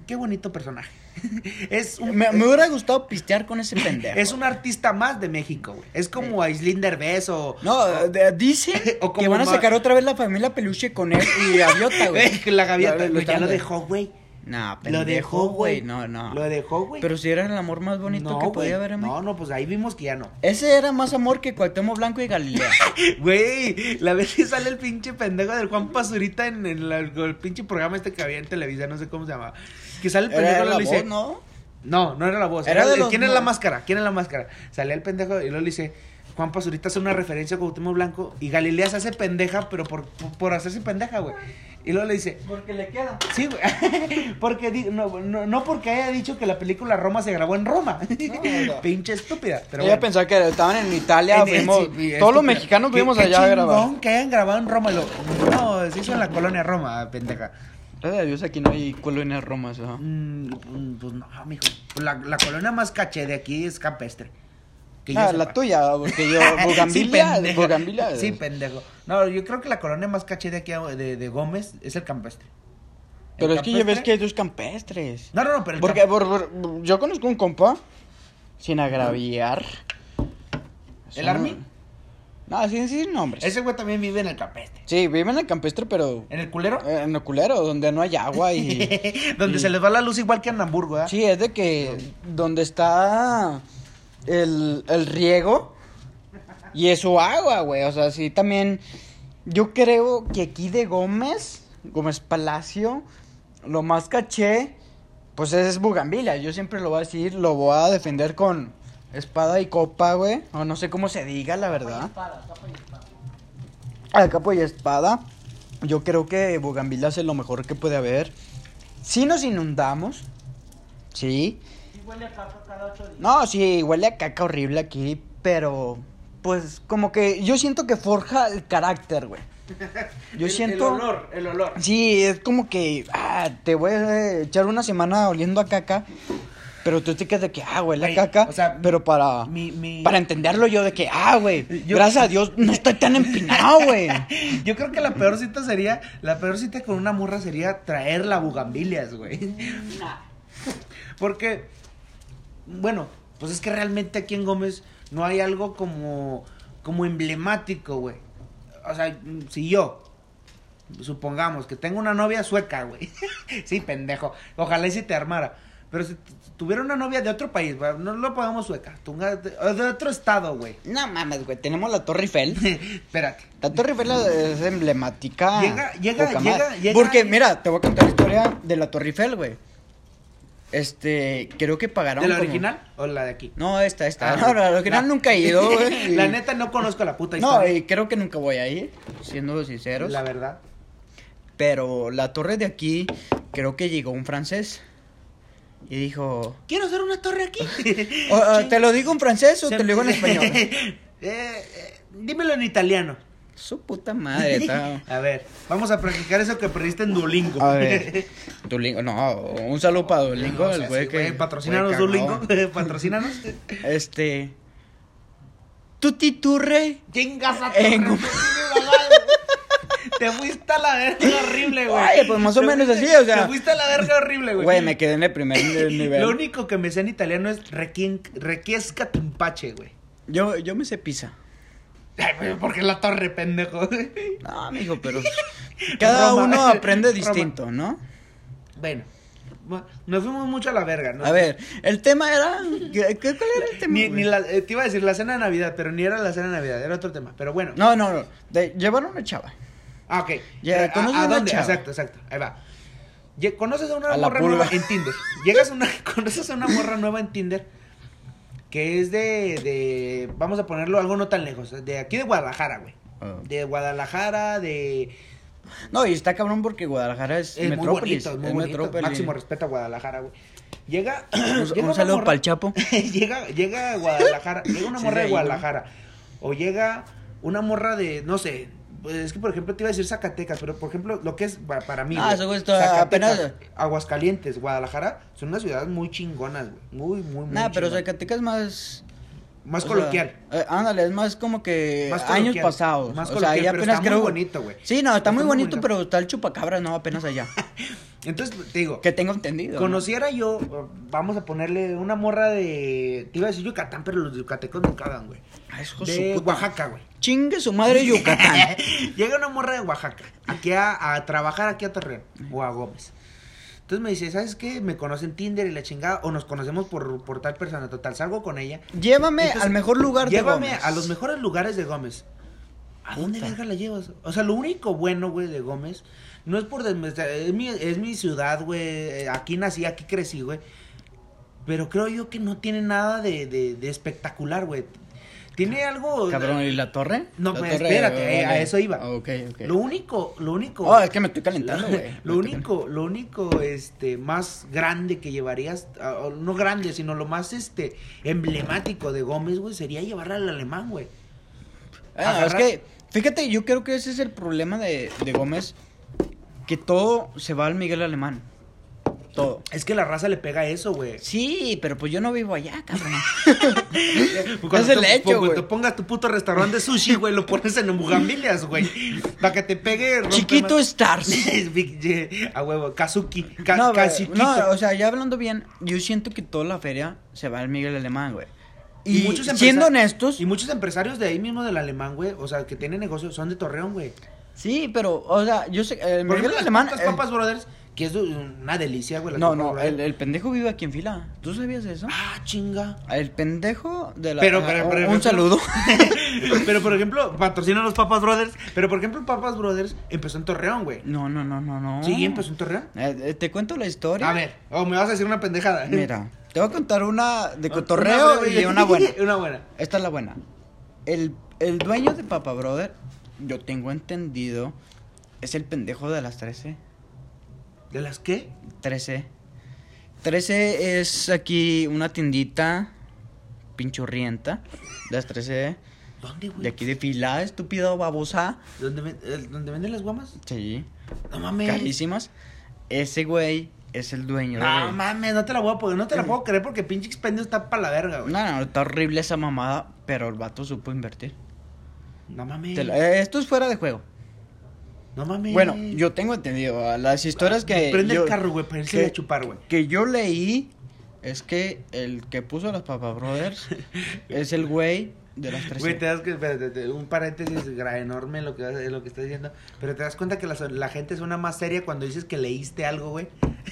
qué bonito personaje. Es un, Me, me hubiera gustado pistear con ese pendejo. es un artista más de México, güey. Es como Aislinn Derbez o... No, de- dicen o que van a ma- sacar otra vez la familia Peluche con él y Gaviota, güey. La gaviota, Lo- lo güey, ya están lo de- dejó, güey. No, Lo pendejo, dejó, güey. güey. No, no. Lo dejó, güey. Pero si era el amor más bonito no, que güey. podía haber en mí. No, no, pues ahí vimos que ya no. Ese era más amor que Cuauhtémoc Blanco y Galilea. Güey, la vez que sale el pinche pendejo del Juan Pazurita en, en la- el pinche programa este que había en Televisa, no sé cómo se llamaba. Que sale el pendejo Era y la le dice... voz, ¿no? No, no era la voz. Era Era de el- los- ¿Quién es no. la máscara? ¿Quién es la máscara? Salía el pendejo y luego le dice... Juan Pazurita hace una referencia a Cuauhtémoc Blanco y Galilea se hace pendeja, pero por, por, por hacerse pendeja, güey. Y luego le dice... Porque le queda. Sí, güey. Porque di- no, no, no porque haya dicho que la película Roma se grabó en Roma. no. Pinche estúpida. Pero Ella bueno. pensaba que estaban en Italia, En- fuimos, sí, todos estúpida. los mexicanos Qué- fuimos qué allá a grabar. chingón que hayan grabado en Roma. Lo, no, se hizo en la colonia Roma, pendeja. Gracias a Dios aquí no hay colonias romas, ¿no? Mm, mm, pues no, mijo. La, la colonia más caché de aquí es Campestre. Que yo Ah, sepa. la tuya, porque yo, Sí, Bugambilia, pendejo. Bugambilia. Sí, pendejo. No, yo creo que la colonia más caché de aquí de, de Gómez es el Campestre. Pero El es que ya ves Campestre- que hay dos campestres. No, no, no, pero el Porque camp- por- por- yo conozco un compa, sin agraviar. ¿El Son- Army? No, sin sin nombres. Ese güey también vive en el Campestre. Sí, vive en el campestre, pero ¿En el culero? eh, en el culero, donde no hay agua y... Donde y- se les va la luz igual que en Hamburgo, ¿eh? Sí, es de que donde está el, el riego y es su agua, güey. O sea, sí, también yo creo que aquí de Gómez, Gómez Palacio, lo más caché, pues es Bugambilia. Yo siempre lo voy a decir, lo voy a defender con espada y copa, güey. O no sé cómo se diga, la verdad. A capa y espada. Yo creo que Bugambilia es lo mejor que puede haber. Si nos inundamos, sí. No, sí, huele a caca horrible aquí, pero pues como que yo siento que forja el carácter, güey. Yo El- siento... El olor, el olor. Sí, es como que, ah, te voy a echar una semana oliendo a caca, pero tú te quedas de que, ah, huele a Güey, caca, o sea, pero para, mi- mi- para entenderlo yo de que, ah, güey, Yo- gracias a Dios no estoy tan empinado, güey. Yo creo que la peor cita sería, la peor cita con una morra sería traerla a Bugambilias, güey. Porque, bueno, pues es que realmente aquí en Gómez no hay algo como, como emblemático, güey. O sea, si yo, supongamos que tengo una novia sueca, güey. Sí, pendejo. Ojalá y si te armara. Pero si t- tuviera una novia de otro país, güey, no lo pagamos sueca. Tunga- De, o de otro estado, güey. No mames, güey, tenemos la Torre Eiffel. Espérate. La Torre Eiffel es emblemática. Llega- llega- poca llega- madre. llega- Porque, mira, te voy a contar la historia de la Torre Eiffel, güey. Este, creo que pagaron ¿De la como- original o la de aquí? No, esta, esta. Ah, no, la original la- nunca he ido, güey. La neta no conozco la puta No, historia. y creo que nunca voy a ir, siendo sinceros. La verdad. Pero la torre de aquí, creo que llegó un francés y dijo... Quiero hacer una torre aquí. "O- o, ¿Te lo digo en francés o Se- te lo digo en español? Eh, eh, dímelo en italiano. Su puta madre, está... A ver, vamos a practicar eso que perdiste en Duolingo. A ver, Duolingo, no, un saludo para Duolingo, No, o el sea, güey sí, que... güey, patrocínanos, güey, Duolingo. cagó. Patrocínanos. Este... Tutti turre... Chingas a En- torre, Te fuiste a la verga horrible, güey. Oye, pues más o Te menos fuiste- así, o sea. Te fuiste a la verga horrible, güey. Güey, me quedé en el primer nivel. Lo único que me sé en italiano es requien- requiesca timpache, güey. Yo, yo me sé pizza. Ay, güey, porque la torre, pendejo. No, amigo, pero... Cada Roma. uno aprende Roma. distinto, ¿no? Bueno, bu- nos fuimos mucho a la verga, ¿no? A ver, el tema era... ¿qué- qué- ¿Cuál era el tema? Ni, güey? ni la, eh, te iba a decir la cena de Navidad, pero ni era la cena de Navidad, era otro tema. Pero bueno. No, no, no. De, llevaron una chava. Ah, ok. Ya, Eh, ¿conoces ¿A, a una dónde? chava? Exacto, exacto. Ahí va. Lle- ¿Conoces a una A la morra pulga. nueva en Tinder? Llegas a una, conoces a una morra nueva en Tinder que es de, de, vamos a ponerlo algo no tan lejos, de aquí de Guadalajara, güey. Ah. De Guadalajara, de... No, y está cabrón porque Guadalajara es, Es muy metrópolis. bonito, es muy es bonito. metrópolis. Máximo respeto a Guadalajara, güey. Llega... Un, llega un una saludo morra- para el Chapo. llega, llega a Guadalajara, llega una Sí, morra de de ahí, Guadalajara. O llega una morra de, no sé, pues es que por ejemplo te iba a decir Zacatecas, pero por ejemplo lo que es pa- para mí, Ah, güey, eso, güey, está Zacatecas, apenas- Aguascalientes, Guadalajara, son unas ciudades muy chingonas, güey. Muy, muy, muy Nah, pero chingonas. Zacatecas es más... Más o coloquial. sea, eh, ándale, es más como que Más años coloquial, pasados. más o sea, ahí coloquial, pero apenas está muy creo... bonito, güey. Sí, no, está, Está muy muy bonito, bonito. pero está el chupacabras, no, apenas allá. Entonces, te digo. Que tengo entendido. Conociera ¿no? yo, vamos a ponerle una morra de. Te iba a decir Yucatán, pero los yucatecos me cagan, güey. Ah, eso De su puta. Oaxaca, güey. Chingue su madre Yucatán. Llega una morra de Oaxaca, aquí a, a trabajar aquí a Torreón, o a Gómez. Entonces me dice, ¿sabes qué? Me conocen Tinder y la chingada, o nos conocemos por, por tal persona. Total, salgo con ella. Llévame Entonces, al mejor lugar de Llévame Gómez. a los mejores lugares de Gómez. ¿A dónde Puta. verga la llevas? O sea, lo único bueno, güey, de Gómez, no es por desmestrar, es mi, es mi ciudad, güey, aquí nací, aquí crecí, güey. Pero creo yo que no tiene nada de, de, de espectacular, güey. Tiene algo... Cabrón, ¿y la torre? No, la pues, torre, espérate, eh, a vale. eso iba. Ah, ok, ok. Lo único, lo único... Oh, es que me estoy calentando, güey. Lo Me único, lo único, este, más grande que llevarías, uh, no grande, sino lo más, este, emblemático de Gómez, güey, sería llevarla al alemán, güey. Ah, Agarrar- es que, fíjate, yo creo que ese es el problema de, de Gómez, que todo se va al Miguel Alemán. Todo. Es que la raza le pega eso, güey. Sí, pero pues yo no vivo allá, cabrón. Cuando Es el tú- hecho, cuando güey. te pongas tu puto restaurante de sushi, güey, lo pones en Bugambilias, güey. Para que te pegue. rompe Chiquito más- Stars. Big J, a huevo, Kazuki. Ka, No, güey, Kazuquito. no, o sea, ya hablando bien, yo siento que toda la feria se va al Miguel Alemán, güey. Y, muchos siendo empresa- honestos, Y muchos empresarios de ahí mismo del alemán, güey, o sea, que tienen negocios, son de Torreón, güey. sí, pero, o sea, yo sé, el Por Miguel ejemplo, Alemán... las eh, papas brothers, que es una delicia, güey. las no, papas no, Brothers. el, el pendejo vive aquí en fila. ¿Tú sabías eso? Ah, chinga. El pendejo de la... Pero, pero, pero, un pero- saludo. Pero, por ejemplo, patrocinan los Papas Brothers. Pero, por ejemplo, Papas Brothers empezó en Torreón, güey. No, no, no, no, no. Sí, empezó en Torreón. Eh, eh, te cuento la historia. A ver, o me vas a decir una pendejada. Mira, te voy a contar una de Una cotorreo breve- y una buena. Una buena. Esta es la buena. El, el dueño de Papa Brother, yo tengo entendido, es el pendejo de las trece. ¿De las qué? trece. trece es aquí una tiendita pinchurrienta. De las trece. ¿Dónde, güey? De aquí de fila, estúpido babosa. ¿Dónde, ven- eh, ¿Dónde venden las guamas? Sí. No mames. Carísimas. Ese güey es el dueño. No de- mames, no te la voy a poder, no te la puedo creer porque pinche expendio está para la verga, güey. No, no, está horrible esa mamada, pero el vato supo invertir. No mames. Te la- eh, esto es fuera de juego. No mames. Bueno, yo tengo entendido, a las historias que Prende yo, el carro, güey, para irse que- a chupar, güey. que yo leí es que el que puso las Papa Brothers es el güey de las tres. Güey, te das que, espérate, te- un paréntesis gra- enorme lo que, lo que estás diciendo, pero te das cuenta que la, la gente suena más seria cuando dices que leíste algo, güey.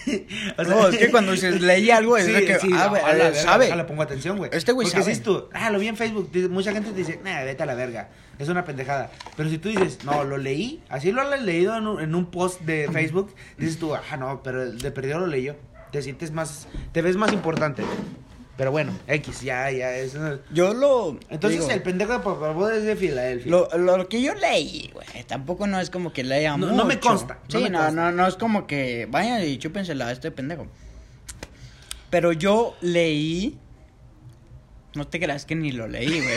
O sea- No, es que cuando dices leí algo es Sí, de que, sí, ah, no, güey, a la eh, verga, sabe. déjale, pongo atención, güey. Este güey Porque sabe. si dices tú, ah, lo vi en Facebook, dice- mucha gente te dice, nah, vete a la verga, es una pendejada. Pero si tú dices, no, lo leí, así lo has leído en un, en un post de Facebook, dices tú, ah, no, pero el de perdido lo leyó. Te sientes más, te ves más importante. Pero bueno, X, ya, ya, es... Yo lo Entonces digo, el pendejo de Papa Brothers es de Filadelfia. lo, lo que yo leí, güey, tampoco no es como que lea No- mucho. no me consta, no Sí, me no, consta. no, no es como que vayan y chúpensela a este pendejo. Pero yo leí, no te creas que ni lo leí, güey.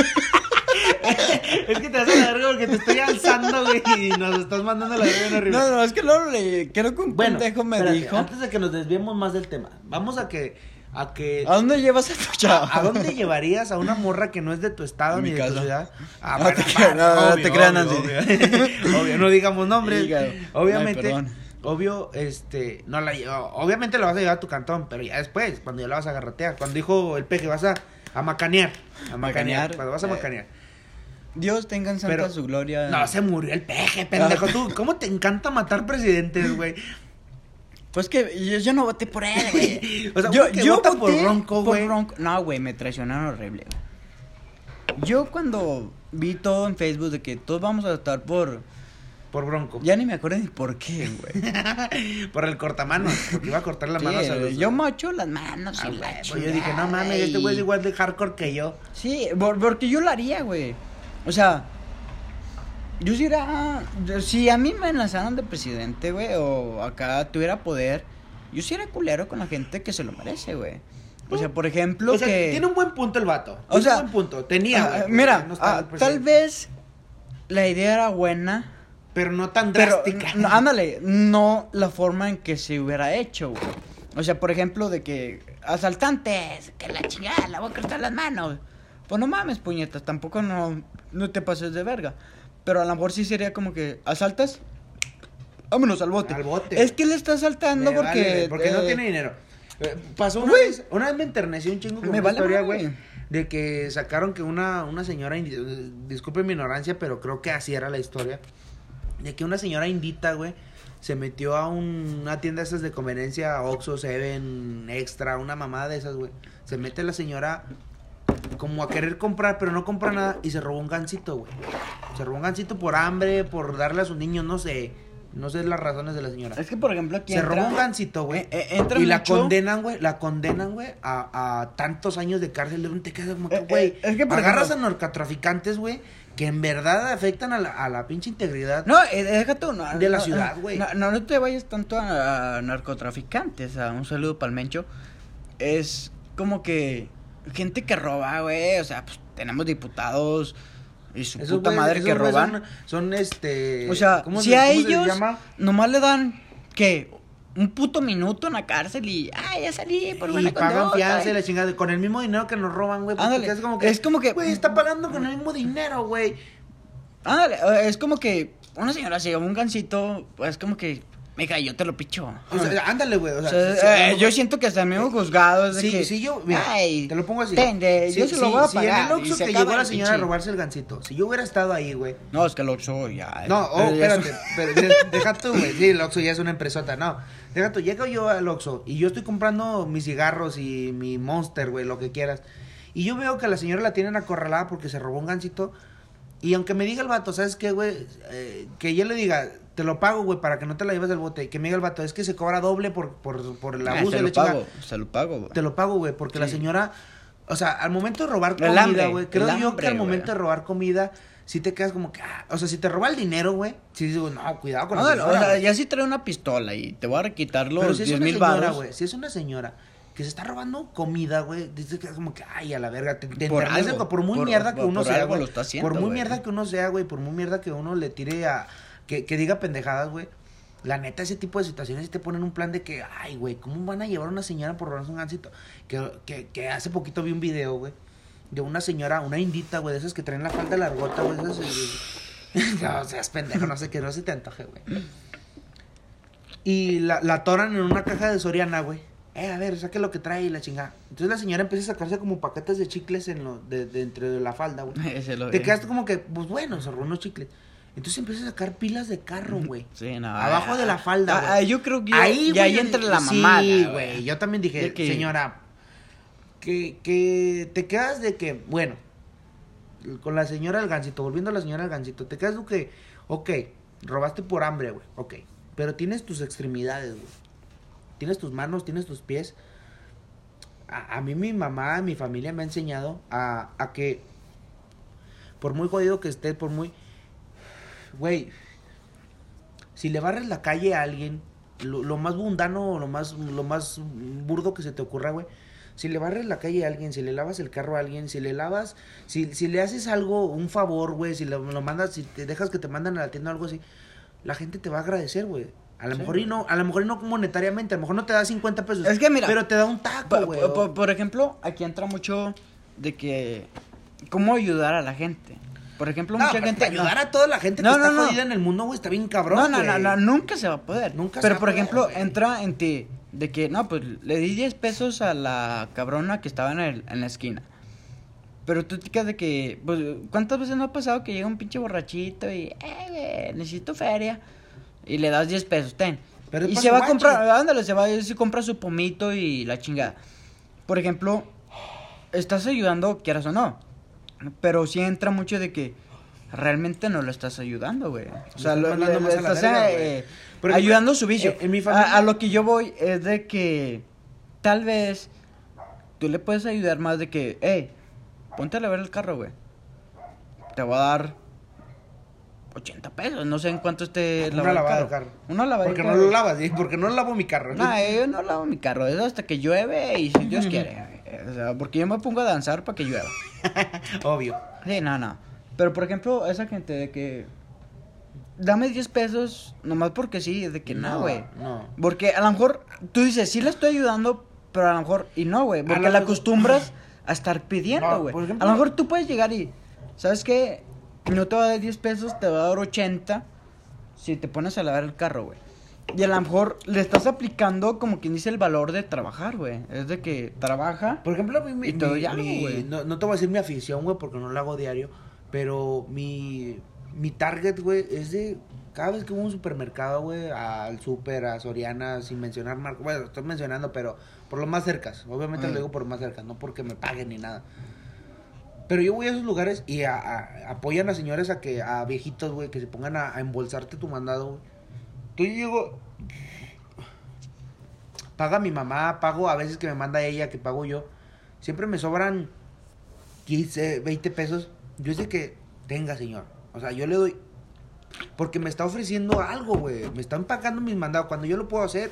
Es que te vas a la verga porque te estoy alzando, güey, y nos estás mandando la verga en arriba. No, no, es que no lo leí. Creo que un Bueno, pendejo me espérate, dijo. antes de que nos desviemos más del tema, vamos a que... A que ¿A dónde llevas a tu chavo? ¿A dónde llevarías a una morra que no es de tu estado A ni mi de tu casa. ciudad? Ah, No bueno, te creas, no, no obvio, te creas, obvio, Nancy. Obvio, Obvio, no digamos nombres. Dígalo. Obviamente, Ay, perdón. obvio, este, no la lle- obviamente la vas a llevar a tu cantón, pero ya después, cuando ya la vas a garrotear, cuando dijo el peje, vas a, a macanear, a macanear, Macanear, cuando vas a eh, macanear. Dios tenga en santa Pero- su gloria. No, se murió el peje, pendejo. Tú, ¿cómo te encanta matar presidentes, güey? Pues que yo, yo no voté por él, güey. O sea, yo uno que vota por Bronco, por güey. Bronco. No, güey, me traicionaron horrible. Güey. Yo cuando vi todo en Facebook de que todos vamos a votar por... Por Bronco. Ya ni me acuerdo ni por qué, güey. Por el cortamanos, porque iba a cortar las Sí, manos a los... yo mocho las manos Ah, y la güey, pues yo dije, no chingada, mames, este güey es y- igual de hardcore que yo. Sí, por- porque yo lo haría, güey. O sea, yo si era... Si a mí me lanzaran de presidente, güey, o acá tuviera poder, yo sí era culero con la gente que se lo merece, güey. O sea, por ejemplo, O sea, que... tiene un buen punto el vato. O O sea, sea, un buen punto. Tenía, Ah, güey, porque mira, no estaba ah, el presidente. tal vez la idea era buena, Pero no tan pero drástica. no, ándale, no la forma en que se hubiera hecho, güey. O sea, por ejemplo, de que asaltantes, que la chingada, la voy a cortar las manos. Pues no mames, puñetas, tampoco no, no te pases de verga. Pero a lo mejor sí sería como que asaltas, vámonos al bote. Al bote. Es que le está saltando Me porque... vale, porque no eh, tiene dinero. Eh, Pasó una güey. vez, una vez me enterneció un chingo con Me una vale historia, madre. güey, de que sacaron que una, una señora, indi- eh, disculpe mi ignorancia, pero creo que así era la historia, de que una señora indita, güey, se metió a un- una tienda de esas de conveniencia, Oxxo, Seven, Extra, una mamada de esas, güey. Se mete la señora como a querer comprar, pero no compra nada y se robó un gansito, güey. Se robó un gansito por hambre, por darle a sus niños, no sé. No sé las razones de la señora. Es que, por ejemplo, aquí Se entra... robó un gansito, güey. eh, eh, entra y la mucho- condenan, güey. La condenan, güey, a, a tantos años de cárcel. De te quedas como que, Eh, güey. eh, es que, por agarras ejemplo- a narcotraficantes, güey, que en verdad afectan a la, a la pinche integridad. No, eh, deja tú, no, De la no, ciudad, no, güey. No, no, no te vayas tanto a, a narcotraficantes, a un saludo pa'l Mencho. Es como que gente que roba, güey, o sea, pues tenemos diputados y su Esos puta güeyes- madre esos que güeyes roban. Son, son, este. O sea, ¿cómo si se- a cómo se ellos llama? nomás le dan, ¿qué? Un puto minuto en la cárcel y, ah, ya salí por Y buena pagan conducta, fianza y y- la chingada. Con el mismo dinero que nos roban, güey. porque Ándale, Es como que. es como que- Güey, está pagando con el mismo dinero, güey. Ándale, eh, es como que una señora se lleva un gancito, pues como que, mija, yo te lo picho. O sea, ándale, güey. O sea, O sea, sí, eh, no, yo siento que hasta el mismo juzgado es de Sí, que... sí, yo, mira, ay, te lo pongo así. ten, de- Sí, yo se lo sí, voy a si pagar. en el y Oxxo se que acaba llegó la el señora a pinche- robarse el gancito, si yo hubiera estado ahí, güey. No, es que el Oxxo ya... No, oh, eh, ya es- espérate, pero de- deja tú, güey. Sí, el Oxxo ya es una empresota, no. Deja tú, llego yo al Oxxo y yo estoy comprando mis cigarros y mi Monster, güey, lo que quieras. Y yo veo que a la señora la tienen acorralada porque se robó un gancito. Y aunque me diga el vato, ¿sabes qué, güey? Eh, que yo le diga, te lo pago, güey, para que no te la lleves del bote. Y que me diga el vato, es que se cobra doble por, por, por el Ah, abuso se de lo la chica. pago, se lo pago, güey. Te lo pago, güey, porque la Sí. señora, o sea, al momento de robar El comida, hambre, güey, creo el yo hambre, que al güey. momento de robar comida, sí te quedas como que, ah, o sea, si te roba el dinero, güey, sí digo, no, cuidado con la Ándale, señora, o sea, güey. ya si trae una pistola y te voy a quitar Pero los si es diez una mil señora, baros. güey, si es una señora que se está robando comida, güey, dices que es como que, ay, a la verga, te, te Por enternece, algo, por muy por- mierda que por- uno por sea, algo güey, lo está haciendo, por muy güey. mierda que uno sea, güey, por muy mierda que uno le tire a, que, que diga pendejadas, güey. La neta, ese tipo de situaciones sí te ponen un plan de que, ay, güey, ¿cómo van a llevar a una señora por robarse un gancito? Que, que, que hace poquito vi un video, güey, de una señora, una indita, güey, de esas que traen la falda largota, güey, esas... eh, no seas pendejo, no sé, que no se te antoje, güey. Y la, la atoran en una caja de Soriana, güey. Eh, a ver, saque lo que trae y la chingada. Entonces la señora empieza a sacarse como paquetes de chicles en lo, de, de entre de la falda, güey. Ese lo Te vi. quedaste como que, pues bueno, se robó unos chicles. Entonces empieza a sacar pilas de carro, güey. Sí, no. Abajo de la falda, Ah, güey. yo creo que yo- Ahí, y güey, ahí yo entra dije, la mamada, Sí, güey. güey. Yo también dije, De que- señora, que, que te quedas de que, bueno, con la señora del gancito, volviendo a la señora del gancito, te quedas de que, ok, robaste por hambre, güey, ok. Pero tienes tus extremidades, güey. Tienes tus manos, tienes tus pies. A, a mí mi mamá, mi familia me ha enseñado a, a que, por muy jodido que estés, por muy... Güey, si le barres la calle a alguien, lo, lo más mundano, lo más, lo más burdo que se te ocurra, güey. Si le barres la calle a alguien, si le lavas el carro a alguien, si le lavas, si, si le haces algo, un favor, güey, si lo, lo mandas, si te dejas que te mandan a la tienda o algo así, la gente te va a agradecer, güey. A lo Sí. mejor y no, a lo mejor y no monetariamente, a lo mejor no te da cincuenta pesos. Es que mira, pero te da un taco, Por, güey. por- o- por ejemplo, aquí entra mucho de que... ¿Cómo ayudar a la gente? Por ejemplo, No, mucha pero gente... ayudar no. a toda la gente No, que no, está no. jodida en el mundo, güey, está bien cabrón, No, no, no, güey. no, nunca se va a poder. Nunca se Pero, va a por poder, ejemplo, güey. entra en ti de que, no, pues le di diez pesos a la cabrona que estaba en, el, en la esquina. Pero tú te quedas de que, pues, ¿cuántas veces no ha pasado que llega un pinche borrachito y, eh, güey, necesito feria? Y le das diez pesos, ten. Pero es y pa' se su va a guache. comprar, ándale, se va y se compra su pomito y la chingada. Por ejemplo, estás ayudando, quieras o no. Pero sí entra mucho de que realmente no lo estás ayudando, güey. O sea, estás lo, mandando le- más le a la estás verga, eh, güey. Por ejemplo, ayudando a su vicio. eh, en mi familia- a, a lo que yo voy es de que tal vez tú le puedes ayudar más de que, hey, ponte a lavar el carro, güey. Te voy a dar ochenta pesos, no sé en cuánto esté Una lavar lavada el de carro. carro. Una lavadita. Porque no lo lavas, ¿sí? Porque no lavo mi carro. No, yo no lavo mi carro, es hasta que llueve y si Dios quiere. O sea, porque yo me pongo a danzar para que llueva. Obvio. Sí, no, no. Pero por ejemplo, esa gente de que dame diez pesos nomás porque sí, es de que no, güey. No. Porque a lo mejor tú dices, sí la estoy ayudando, pero a lo mejor y no, güey, porque lo la mejor- acostumbras a estar pidiendo, No, güey. por ejemplo- A lo mejor tú puedes llegar y ¿sabes qué? No te va a dar diez pesos, te va a dar ochenta si te pones a lavar el carro, güey. Y a lo mejor le estás aplicando como quien dice el valor de trabajar, güey. Es de que trabaja. Por ejemplo, mi, mi, y te doy mi- algo, mi- güey. no, no te voy a decir mi afición, güey, porque no lo hago diario. Pero mi, mi target, güey, es de cada vez que voy a un supermercado, güey, al super, a Soriana, sin mencionar marca. Bueno, estoy mencionando, pero por lo más cercas. Obviamente Mm. lo digo por lo más cercas, no porque me paguen ni nada. Pero yo voy a esos lugares y a, a- apoyan a señores a que a viejitos, güey, que se pongan a, a embolsarte tu mandado, güey. Entonces yo llego, paga mi mamá, pago a veces que me manda ella, que pago yo. Siempre me sobran quince, veinte pesos. Yo sé que tenga, señor. O sea, yo le doy porque me está ofreciendo algo, güey. Me está empacando mis mandados cuando yo lo puedo hacer.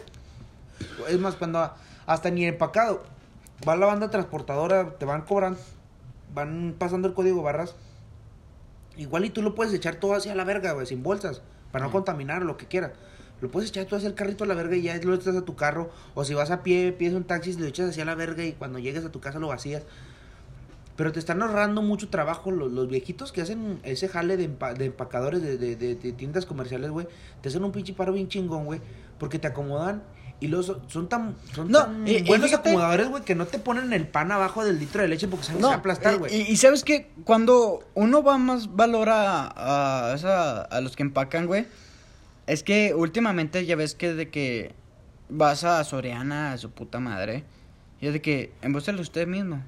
Es más, cuando hasta ni empacado. Va la banda transportadora, te van cobrando, van pasando el código barras. Igual y tú lo puedes echar todo hacia la verga, güey, sin bolsas, para no Mm. contaminar, lo que quieras. Lo puedes echar todo hacia el carrito a la verga y ya lo echas a tu carro. O si vas a pie, pides un taxi, lo echas hacia la verga y cuando llegues a tu casa lo vacías. Pero te están ahorrando mucho trabajo los, los viejitos que hacen ese jale de, empa- de empacadores de, de, de, de tiendas comerciales, güey. Te hacen un pinche paro bien chingón, güey. Porque te acomodan y los son, son tan, son No, tan y- y buenos fíjate- acomodadores, güey, que no te ponen el pan abajo del litro de leche porque saben que se va a aplastar, eh, güey. y, y sabes que cuando uno va más valor a, a, esa- a los que empacan, güey, es que últimamente ya ves que de que vas a Soriana, a su puta madre, y es de que embólselo usted mismo.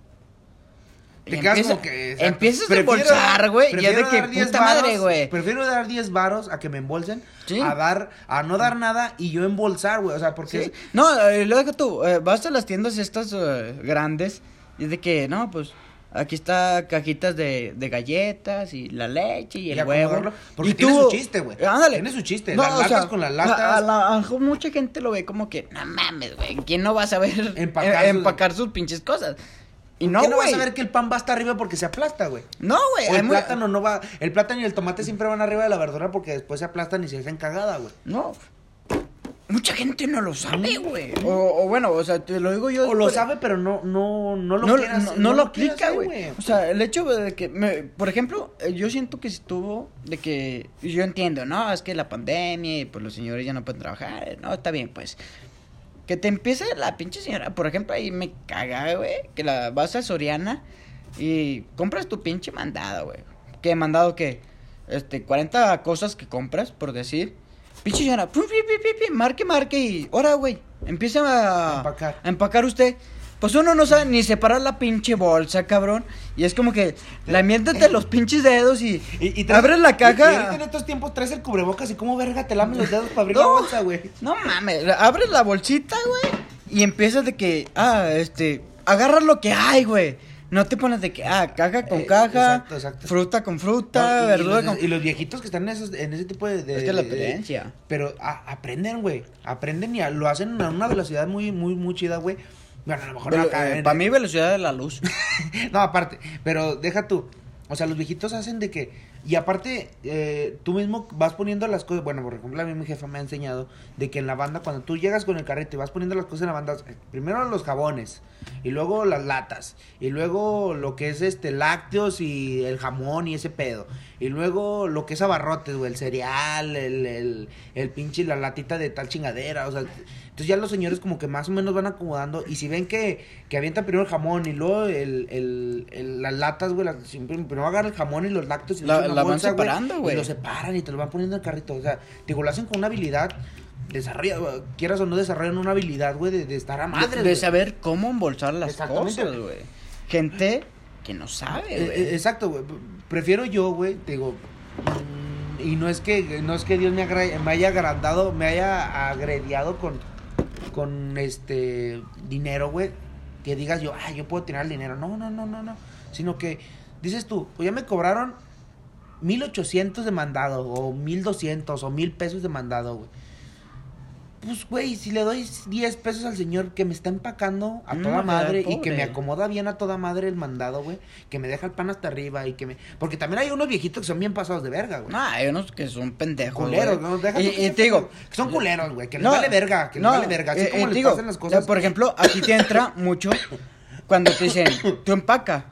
Te Y quedas empieza- como que... exacto. Empiezas a Prefiero- embolsar, güey, y es prefiero de que dar diez puta madre, varos- güey. Prefiero dar diez varos a que me embolsen, Sí. a dar, a no dar nada y yo embolsar, güey. O sea, porque... Sí. No, eh, lo dejo tú, eh, vas a las tiendas estas eh, grandes, y es de que, no, pues, aquí está cajitas de, de galletas, y la leche, y el Y huevo. acomodarlo, porque y tiene su chiste, güey. Ándale. Tiene su chiste, No, las o latas sea, con las A, latas. a la- a lo mejor mucha gente lo ve como que, no mames, güey, ¿quién no va a saber Empacar em- sus- empacar sus pinches cosas? Y ¿Por no, qué no güey. vas a ver que el pan va hasta arriba porque se aplasta, güey? No, güey. O hay el mu- plátano no va... El plátano y el tomate siempre van arriba de la verdura porque después se aplastan y se hacen cagada, güey. No. Mucha gente no lo sabe, güey. O, o bueno, o sea, te lo digo yo. O lo por- sabe, pero no, no, no lo no, quiere no, hacer, no lo quiere aplica, hacer, güey. O sea, el hecho de que, me, por ejemplo, eh, yo siento que si estuvo de que, yo entiendo, ¿no? Es que la pandemia y pues los señores ya no pueden trabajar, eh, no, está bien, pues. Que te empiece la pinche señora, por ejemplo, ahí me caga, güey, que la vas a Soriana y compras tu pinche mandado, güey. ¿Qué mandado qué? Este, cuarenta cosas que compras, por decir. Pinche señora, pi, pi, pi, pi, pi, marque, marque y, ahora, güey, empieza a, A empacar. a empacar usted. Pues uno no sabe ni separar la pinche bolsa, cabrón. Y es como que la miéntate los pinches dedos y, Y, y abres la Y, y caja. ahorita en estos tiempos traes el cubrebocas y cómo verga te lames los dedos para abrir No. la bolsa, güey. No mames, abres la bolsita, güey, y empiezas de que, ah, este, agarras lo que hay, güey. No te pones de que, ah, caja con Eh, caja, exacto, exacto. fruta con fruta, No, y- y, verdura los, con... y los viejitos que están en, esos, en ese tipo de... de- Es que la de- de- experiencia. Pero a- aprenden, güey. Aprenden y a- lo hacen a una velocidad muy, muy, muy chida, güey. Bueno, a lo mejor no acá, en- para mí, velocidad de la luz. No, aparte, pero deja tú. O sea, los viejitos hacen de que... Y aparte, eh, tú mismo vas poniendo las cosas... Bueno, por ejemplo, a mí mi jefa me ha enseñado de que en la banda, cuando tú llegas con el carrito y vas poniendo las cosas en la banda... eh, Primero los jabones, y luego las latas, y luego lo que es este lácteos y el jamón y ese pedo. Y luego lo que es abarrotes, güey, el cereal, el, el, el pinche, la latita de tal chingadera, o sea... Entonces ya los señores como que más o menos van acomodando. Y si ven que, que avientan primero el jamón y luego el, el, el- las latas, güey, las- siempre- primero agarran el jamón y los lácteos y La- le echan una la van bolsa, separando, güey. Y lo separan y te lo van poniendo en el carrito. O sea, digo, lo hacen con una habilidad. Desarrolla, quieras o no, desarrollan una habilidad, güey, de, de estar a madre. de, de saber cómo embolsar las Exactamente. cosas, güey. Gente que no sabe, güey. Exacto, güey. Prefiero yo, güey, te digo... mm, Y no es que no es que Dios me, agra- me haya agrandado, me haya agrediado con, con este dinero, güey. Que digas yo, ah, yo puedo tirar el dinero. No, no, no, no, no. Sino que dices tú, pues ya me cobraron mil ochocientos de mandado, o mil doscientos, o mil pesos de mandado, güey. Pues, güey, si le doy diez pesos al señor que me está empacando a Mm, toda queda madre y que pobre. me acomoda bien a toda madre el mandado, güey, que me deja el pan hasta arriba y que me... Porque también hay unos viejitos que son bien pasados de verga, güey. No, hay unos que son pendejos, Culeros, güey. ¿no? Deja Y, tú que y sean te digo... pendejos, que son culeros, güey, que les no, vale verga, que no, les vale verga, así eh, como eh, les digo, pasan las cosas. Por ejemplo, aquí te entra mucho cuando te dicen, tú empaca.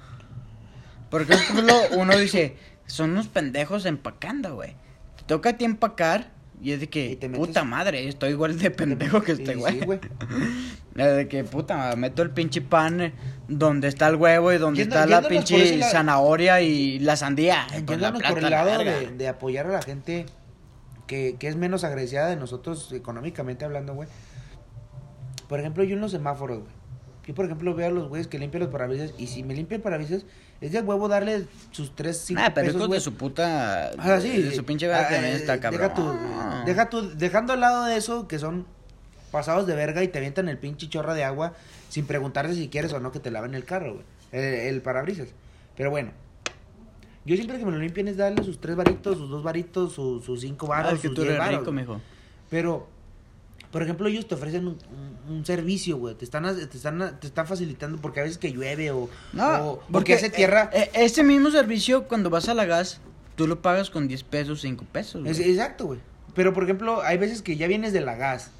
Por ejemplo, uno dice, son unos pendejos empacando, güey. Te toca a ti empacar Y es de que, Y te metes- puta madre, estoy igual de pendejo que este Sí, güey. sí, güey. Es de que, puta, meto el pinche pan eh, donde está el huevo y donde Yendo- está la yéndonos por pinche ese lado- zanahoria y la sandía. Pues la Yéndonos por plata, el la lado verga. de, de apoyar a la gente que, que es menos agraciada de nosotros económicamente hablando, güey. Por ejemplo, yo en los semáforos, güey. Yo, por ejemplo, veo a los güeyes que limpian los parabrisas y si me limpian el parabrisas, es de huevo darle sus tres, cinco Ah, pero pesos, hijos güey. de su puta. Ah, sí. De su pinche verga Ah, también eh, está cabrón. Deja tu, deja tu, dejando al lado de eso, que son pasados de verga y te avientan el pinche chorro de agua sin preguntarte si quieres o no que te laven el carro, güey. El, el parabrisas. Pero bueno. Yo siempre que me lo limpien es darle sus tres varitos, sus dos varitos, sus, sus cinco Ah, varos, es que sus tú diez eres varos. rico, güey. mijo. Pero, por ejemplo, ellos te ofrecen un, un, un servicio, güey. Te están, te están, te están facilitando porque a veces que llueve o, No, o porque hace tierra. eh, eh, ese mismo servicio, cuando vas a la gas, tú lo pagas con diez pesos, cinco pesos. Es- güey. exacto, güey. Pero, por ejemplo, hay veces que ya vienes de la gas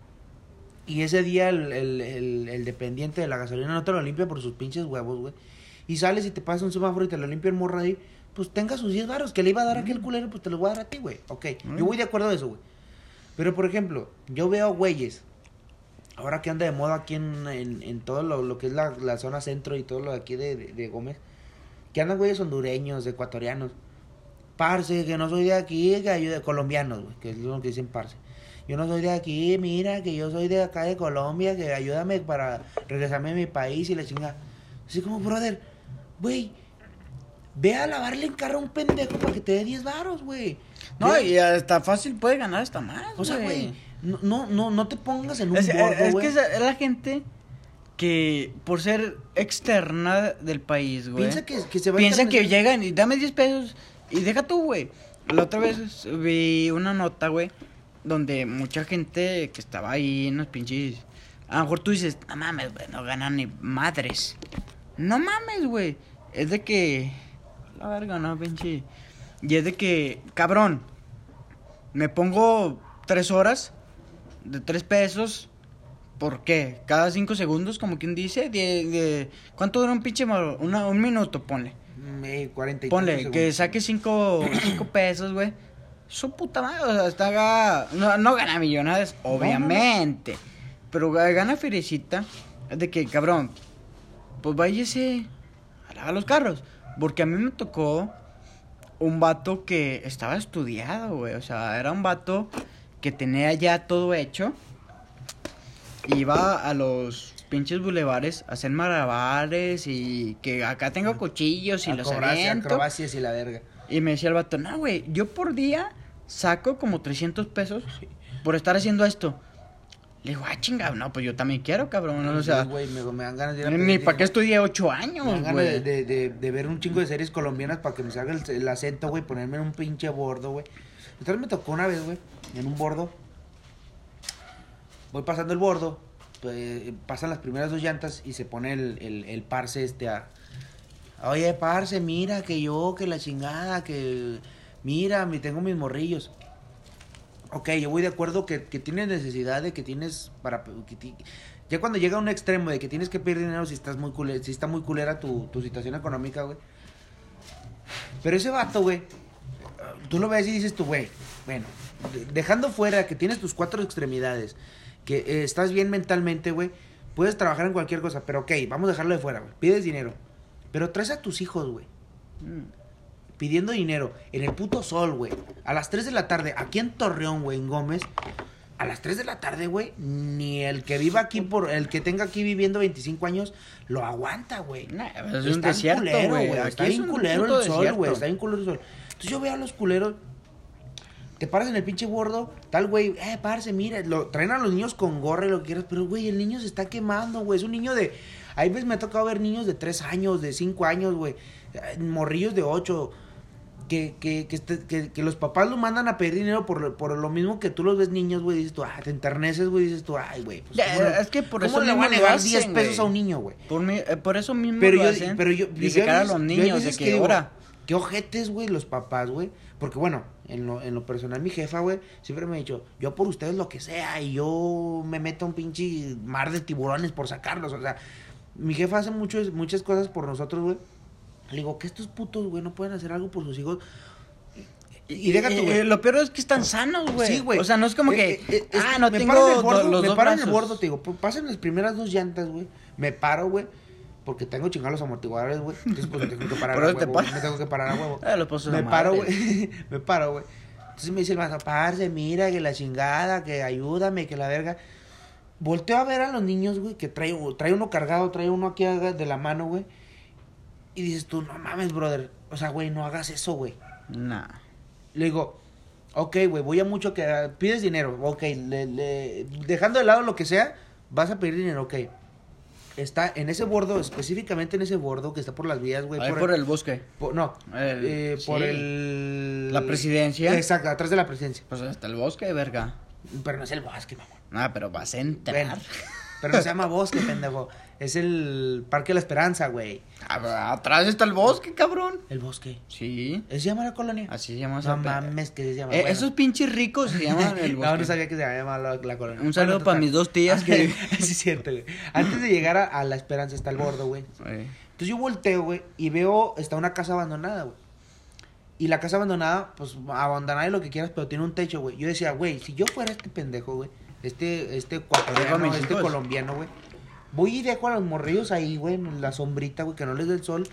y ese día el, el, el, el dependiente de la gasolina no te lo limpia por sus pinches huevos, güey. Y sales y te pasas un semáforo y te lo limpia el morro ahí, pues tenga sus diez varos que le iba a dar a aquel culero, pues te los voy a dar a ti, güey. Ok, Mm. yo voy de acuerdo a eso, güey. Pero, por ejemplo, yo veo güeyes, ahora que anda de moda aquí en, en, en todo lo, lo que es la, la zona centro y todo lo de aquí de, de, de Gómez, que andan güeyes hondureños, ecuatorianos. Parce, que no soy de aquí, que ayude, colombianos, güey, que es lo que dicen parce. Yo no soy de aquí, mira, que yo soy de acá de Colombia, que ayúdame para regresarme a mi país y la chinga. Así como, brother, güey, ve a lavarle el carro a un pendejo para que te dé diez varos, güey. No, Ve- y hasta fácil puede ganar hasta más. O sea, güey, no, no, no, no te pongas en un Es, bordo, es güey. que es la gente que por ser externa del país, güey. Piensa que, que se va a Piensa que encarnizar- llegan y dame diez pesos y deja tú, güey. La otra vez vi una nota, güey, donde mucha gente que estaba ahí en los pinches... A lo mejor tú dices, no mames, güey, no ganan ni madres. No mames, güey. Es de que... La verga, no, pinche... Y es de que, cabrón, me pongo tres horas de tres pesos... ¿Por qué? Cada cinco segundos, como quien dice, de, de- ¿cuánto dura un pinche malo? Una, un minuto, ponle. Mm, eh, cuarenta y Ponle, tantos que segundos. saque cinco, cinco pesos, güey. Su puta madre, o sea, está ga- no, no gana millonadas, obviamente. Pero ga- gana feriecita. Es de que, cabrón, pues váyase a lavar los carros. Porque a mí me tocó un vato que estaba estudiado, güey. O sea, era un vato que tenía ya todo hecho. Iba a los pinches bulevares a hacer malabares y que acá tengo cuchillos y los Acrobacia- aviento. acrobacias y la verga. Y me decía el vato, no, güey, yo por día saco como trescientos pesos por estar haciendo esto. Le digo, ah, chinga, no, pues yo también quiero, cabrón. O sea, Sí, güey, me, me dan ganas de ir a ni pedir para qué dinero. estudié ocho Me dan años, ganas de, güey. de, de, de ver un chingo de series colombianas para que me salga el, el acento, güey, ponerme en un pinche bordo, güey. Entonces me tocó una vez, güey, en un bordo. Voy pasando el bordo, pues, pasan las primeras dos llantas y se pone el, el, el parce este a... Oye, parce, mira que yo, que la chingada, que... Mira, me tengo mis morrillos. Ok, yo voy de acuerdo que, que tienes necesidad de que tienes para... Que ti- ya cuando llega a un extremo de que tienes que pedir dinero si estás muy culera, si está muy culera tu, tu situación económica, güey. Pero ese vato, güey, tú lo ves y dices tú, güey, bueno, de- dejando fuera que tienes tus cuatro extremidades, que eh, estás bien mentalmente, güey, puedes trabajar en cualquier cosa, pero ok, vamos a dejarlo de fuera, güey, pides dinero, pero traes a tus hijos, güey, Mm. pidiendo dinero en el puto sol, güey, a las tres de la tarde, aquí en Torreón, güey, en Gómez, a las tres de la tarde, güey, ni el que viva aquí, por el que tenga aquí viviendo veinticinco años, lo aguanta, güey. Nah, es un Está bien desierto, culero, güey. güey. Aquí Está es bien un culero puto el sol, desierto. güey. Está bien culero el sol. Entonces yo veo a los culeros. Te paras en el pinche gordo, tal güey, eh, parce, mira, lo, traen a los niños con gorra y lo que quieras, pero güey, el niño se está quemando, güey, es un niño de, ahí ves, me ha tocado ver niños de tres años, de cinco años, güey, eh, morrillos de ocho, que, que, que, este- que, que los papás lo mandan a pedir dinero por, lo- por lo mismo que tú los ves niños, güey, dices tú, ah, te enterneces, güey, dices tú, ay, güey, pues, Ya, ¿cómo le- es que por ¿cómo eso le van a mismo lo negar hacen, diez pesos güey? a un niño, güey? Por, mi, eh, por eso mismo Pero lo yo, hacen. pero yo, y yo sacar a veces- los yo hay niños de veces que, digo, ahora. qué ojetes, güey, los papás, güey. Porque bueno, en lo, en lo personal, mi jefa, güey, siempre me ha dicho, yo por ustedes lo que sea, y yo me meto a un pinche mar de tiburones por sacarlos. O sea, mi jefa hace mucho, muchas cosas por nosotros, güey. Le digo, que estos putos, güey, no pueden hacer algo por sus hijos. Y, y deja tú, eh, güey. Lo peor es que están sanos, güey. Sí, güey. O sea, no es como Eh, que, eh, eh, es ah, que no me tengo paro en el do- bordo, los me dos paro en el brazos. bordo, te digo, pues, pasan las primeras dos llantas, güey. Me paro, güey. Porque tengo chingados los amortiguadores, güey. Entonces, pues, tengo que parar Por a eso te huevo. paras. Me tengo que parar a huevo. Ah, lo puso Me esa paro, madre. güey. Me paro, güey. Entonces me dice el mazo, parce, mira, que la chingada, que ayúdame, que la verga. Volteo a ver a los niños, güey, que trae, trae uno cargado, trae uno aquí de la mano, güey. Y dices tú, no mames, brother. O sea, güey, no hagas eso, güey. Nah. Le digo, ok, güey, voy a mucho que... Pides dinero, ok. Le, le, dejando de lado lo que sea, vas a pedir dinero, ok. Está en ese bordo, específicamente en ese bordo que está por las vías, güey. Ahí por el, el bosque. por- no, El- eh, por sí. el... La presidencia. Exacto, atrás de la presidencia. Pues hasta el bosque, verga. Pero no es el bosque, mamón. Ah, pero vas a entrar. Bueno, pero no se llama bosque, pendejo. Es el Parque de la Esperanza, güey. Ah, atrás está el bosque, cabrón. El bosque. Sí. ¿Ese se llama la colonia? Así se llama No esa pe- mames, que se llama. Eh, Bueno. Esos pinches ricos se llaman el bosque. No, no sabía que se llamaba la, la colonia. Un saludo Bueno, para total. mis dos tías que- Sí, es cierto, güey. Antes de llegar a, a la Esperanza está el bordo, güey. Eh, Entonces yo volteo, güey, y veo, está una casa abandonada, güey. Y la casa abandonada, pues, abandonada y lo que quieras, pero tiene un techo, güey. Yo decía, güey, si yo fuera este pendejo, güey, este, este Dejo a ecuatoriano, mis este hijos. colombiano, güey, voy y dejo a los morrillos ahí, güey, en la sombrita, güey, que no les dé el sol,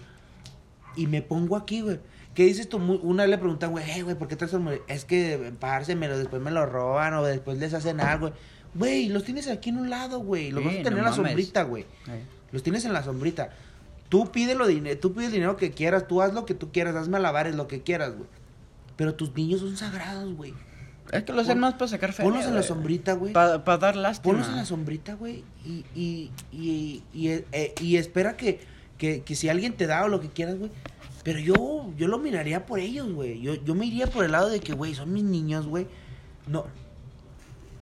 y me pongo aquí, güey. ¿Qué dices tú? Mu- Una vez le preguntan, güey, hey, güey, ¿por qué traes los morrillos? Es que, parce, me lo, después me lo roban, o después les hacen algo, güey. Güey, los tienes aquí en un lado, güey, los Sí, vas a tener no en la mames. sombrita, güey. eh. Los tienes en la sombrita. Tú pide lo dine- tú pides el dinero que quieras, tú haz lo que tú quieras, haz malabares, lo que quieras, güey. Pero tus niños son sagrados, güey. Es que lo hacen Pon- más para sacar feria. Ponlos en la sombrita, güey. Para dar lástima. Ponlos en la sombrita, güey. Y, y, y, y, eh, y espera que, que, que si alguien te da o lo que quieras, güey. Pero yo, yo lo miraría por ellos, güey. Yo, yo me iría por el lado de que, güey, son mis niños, güey. No,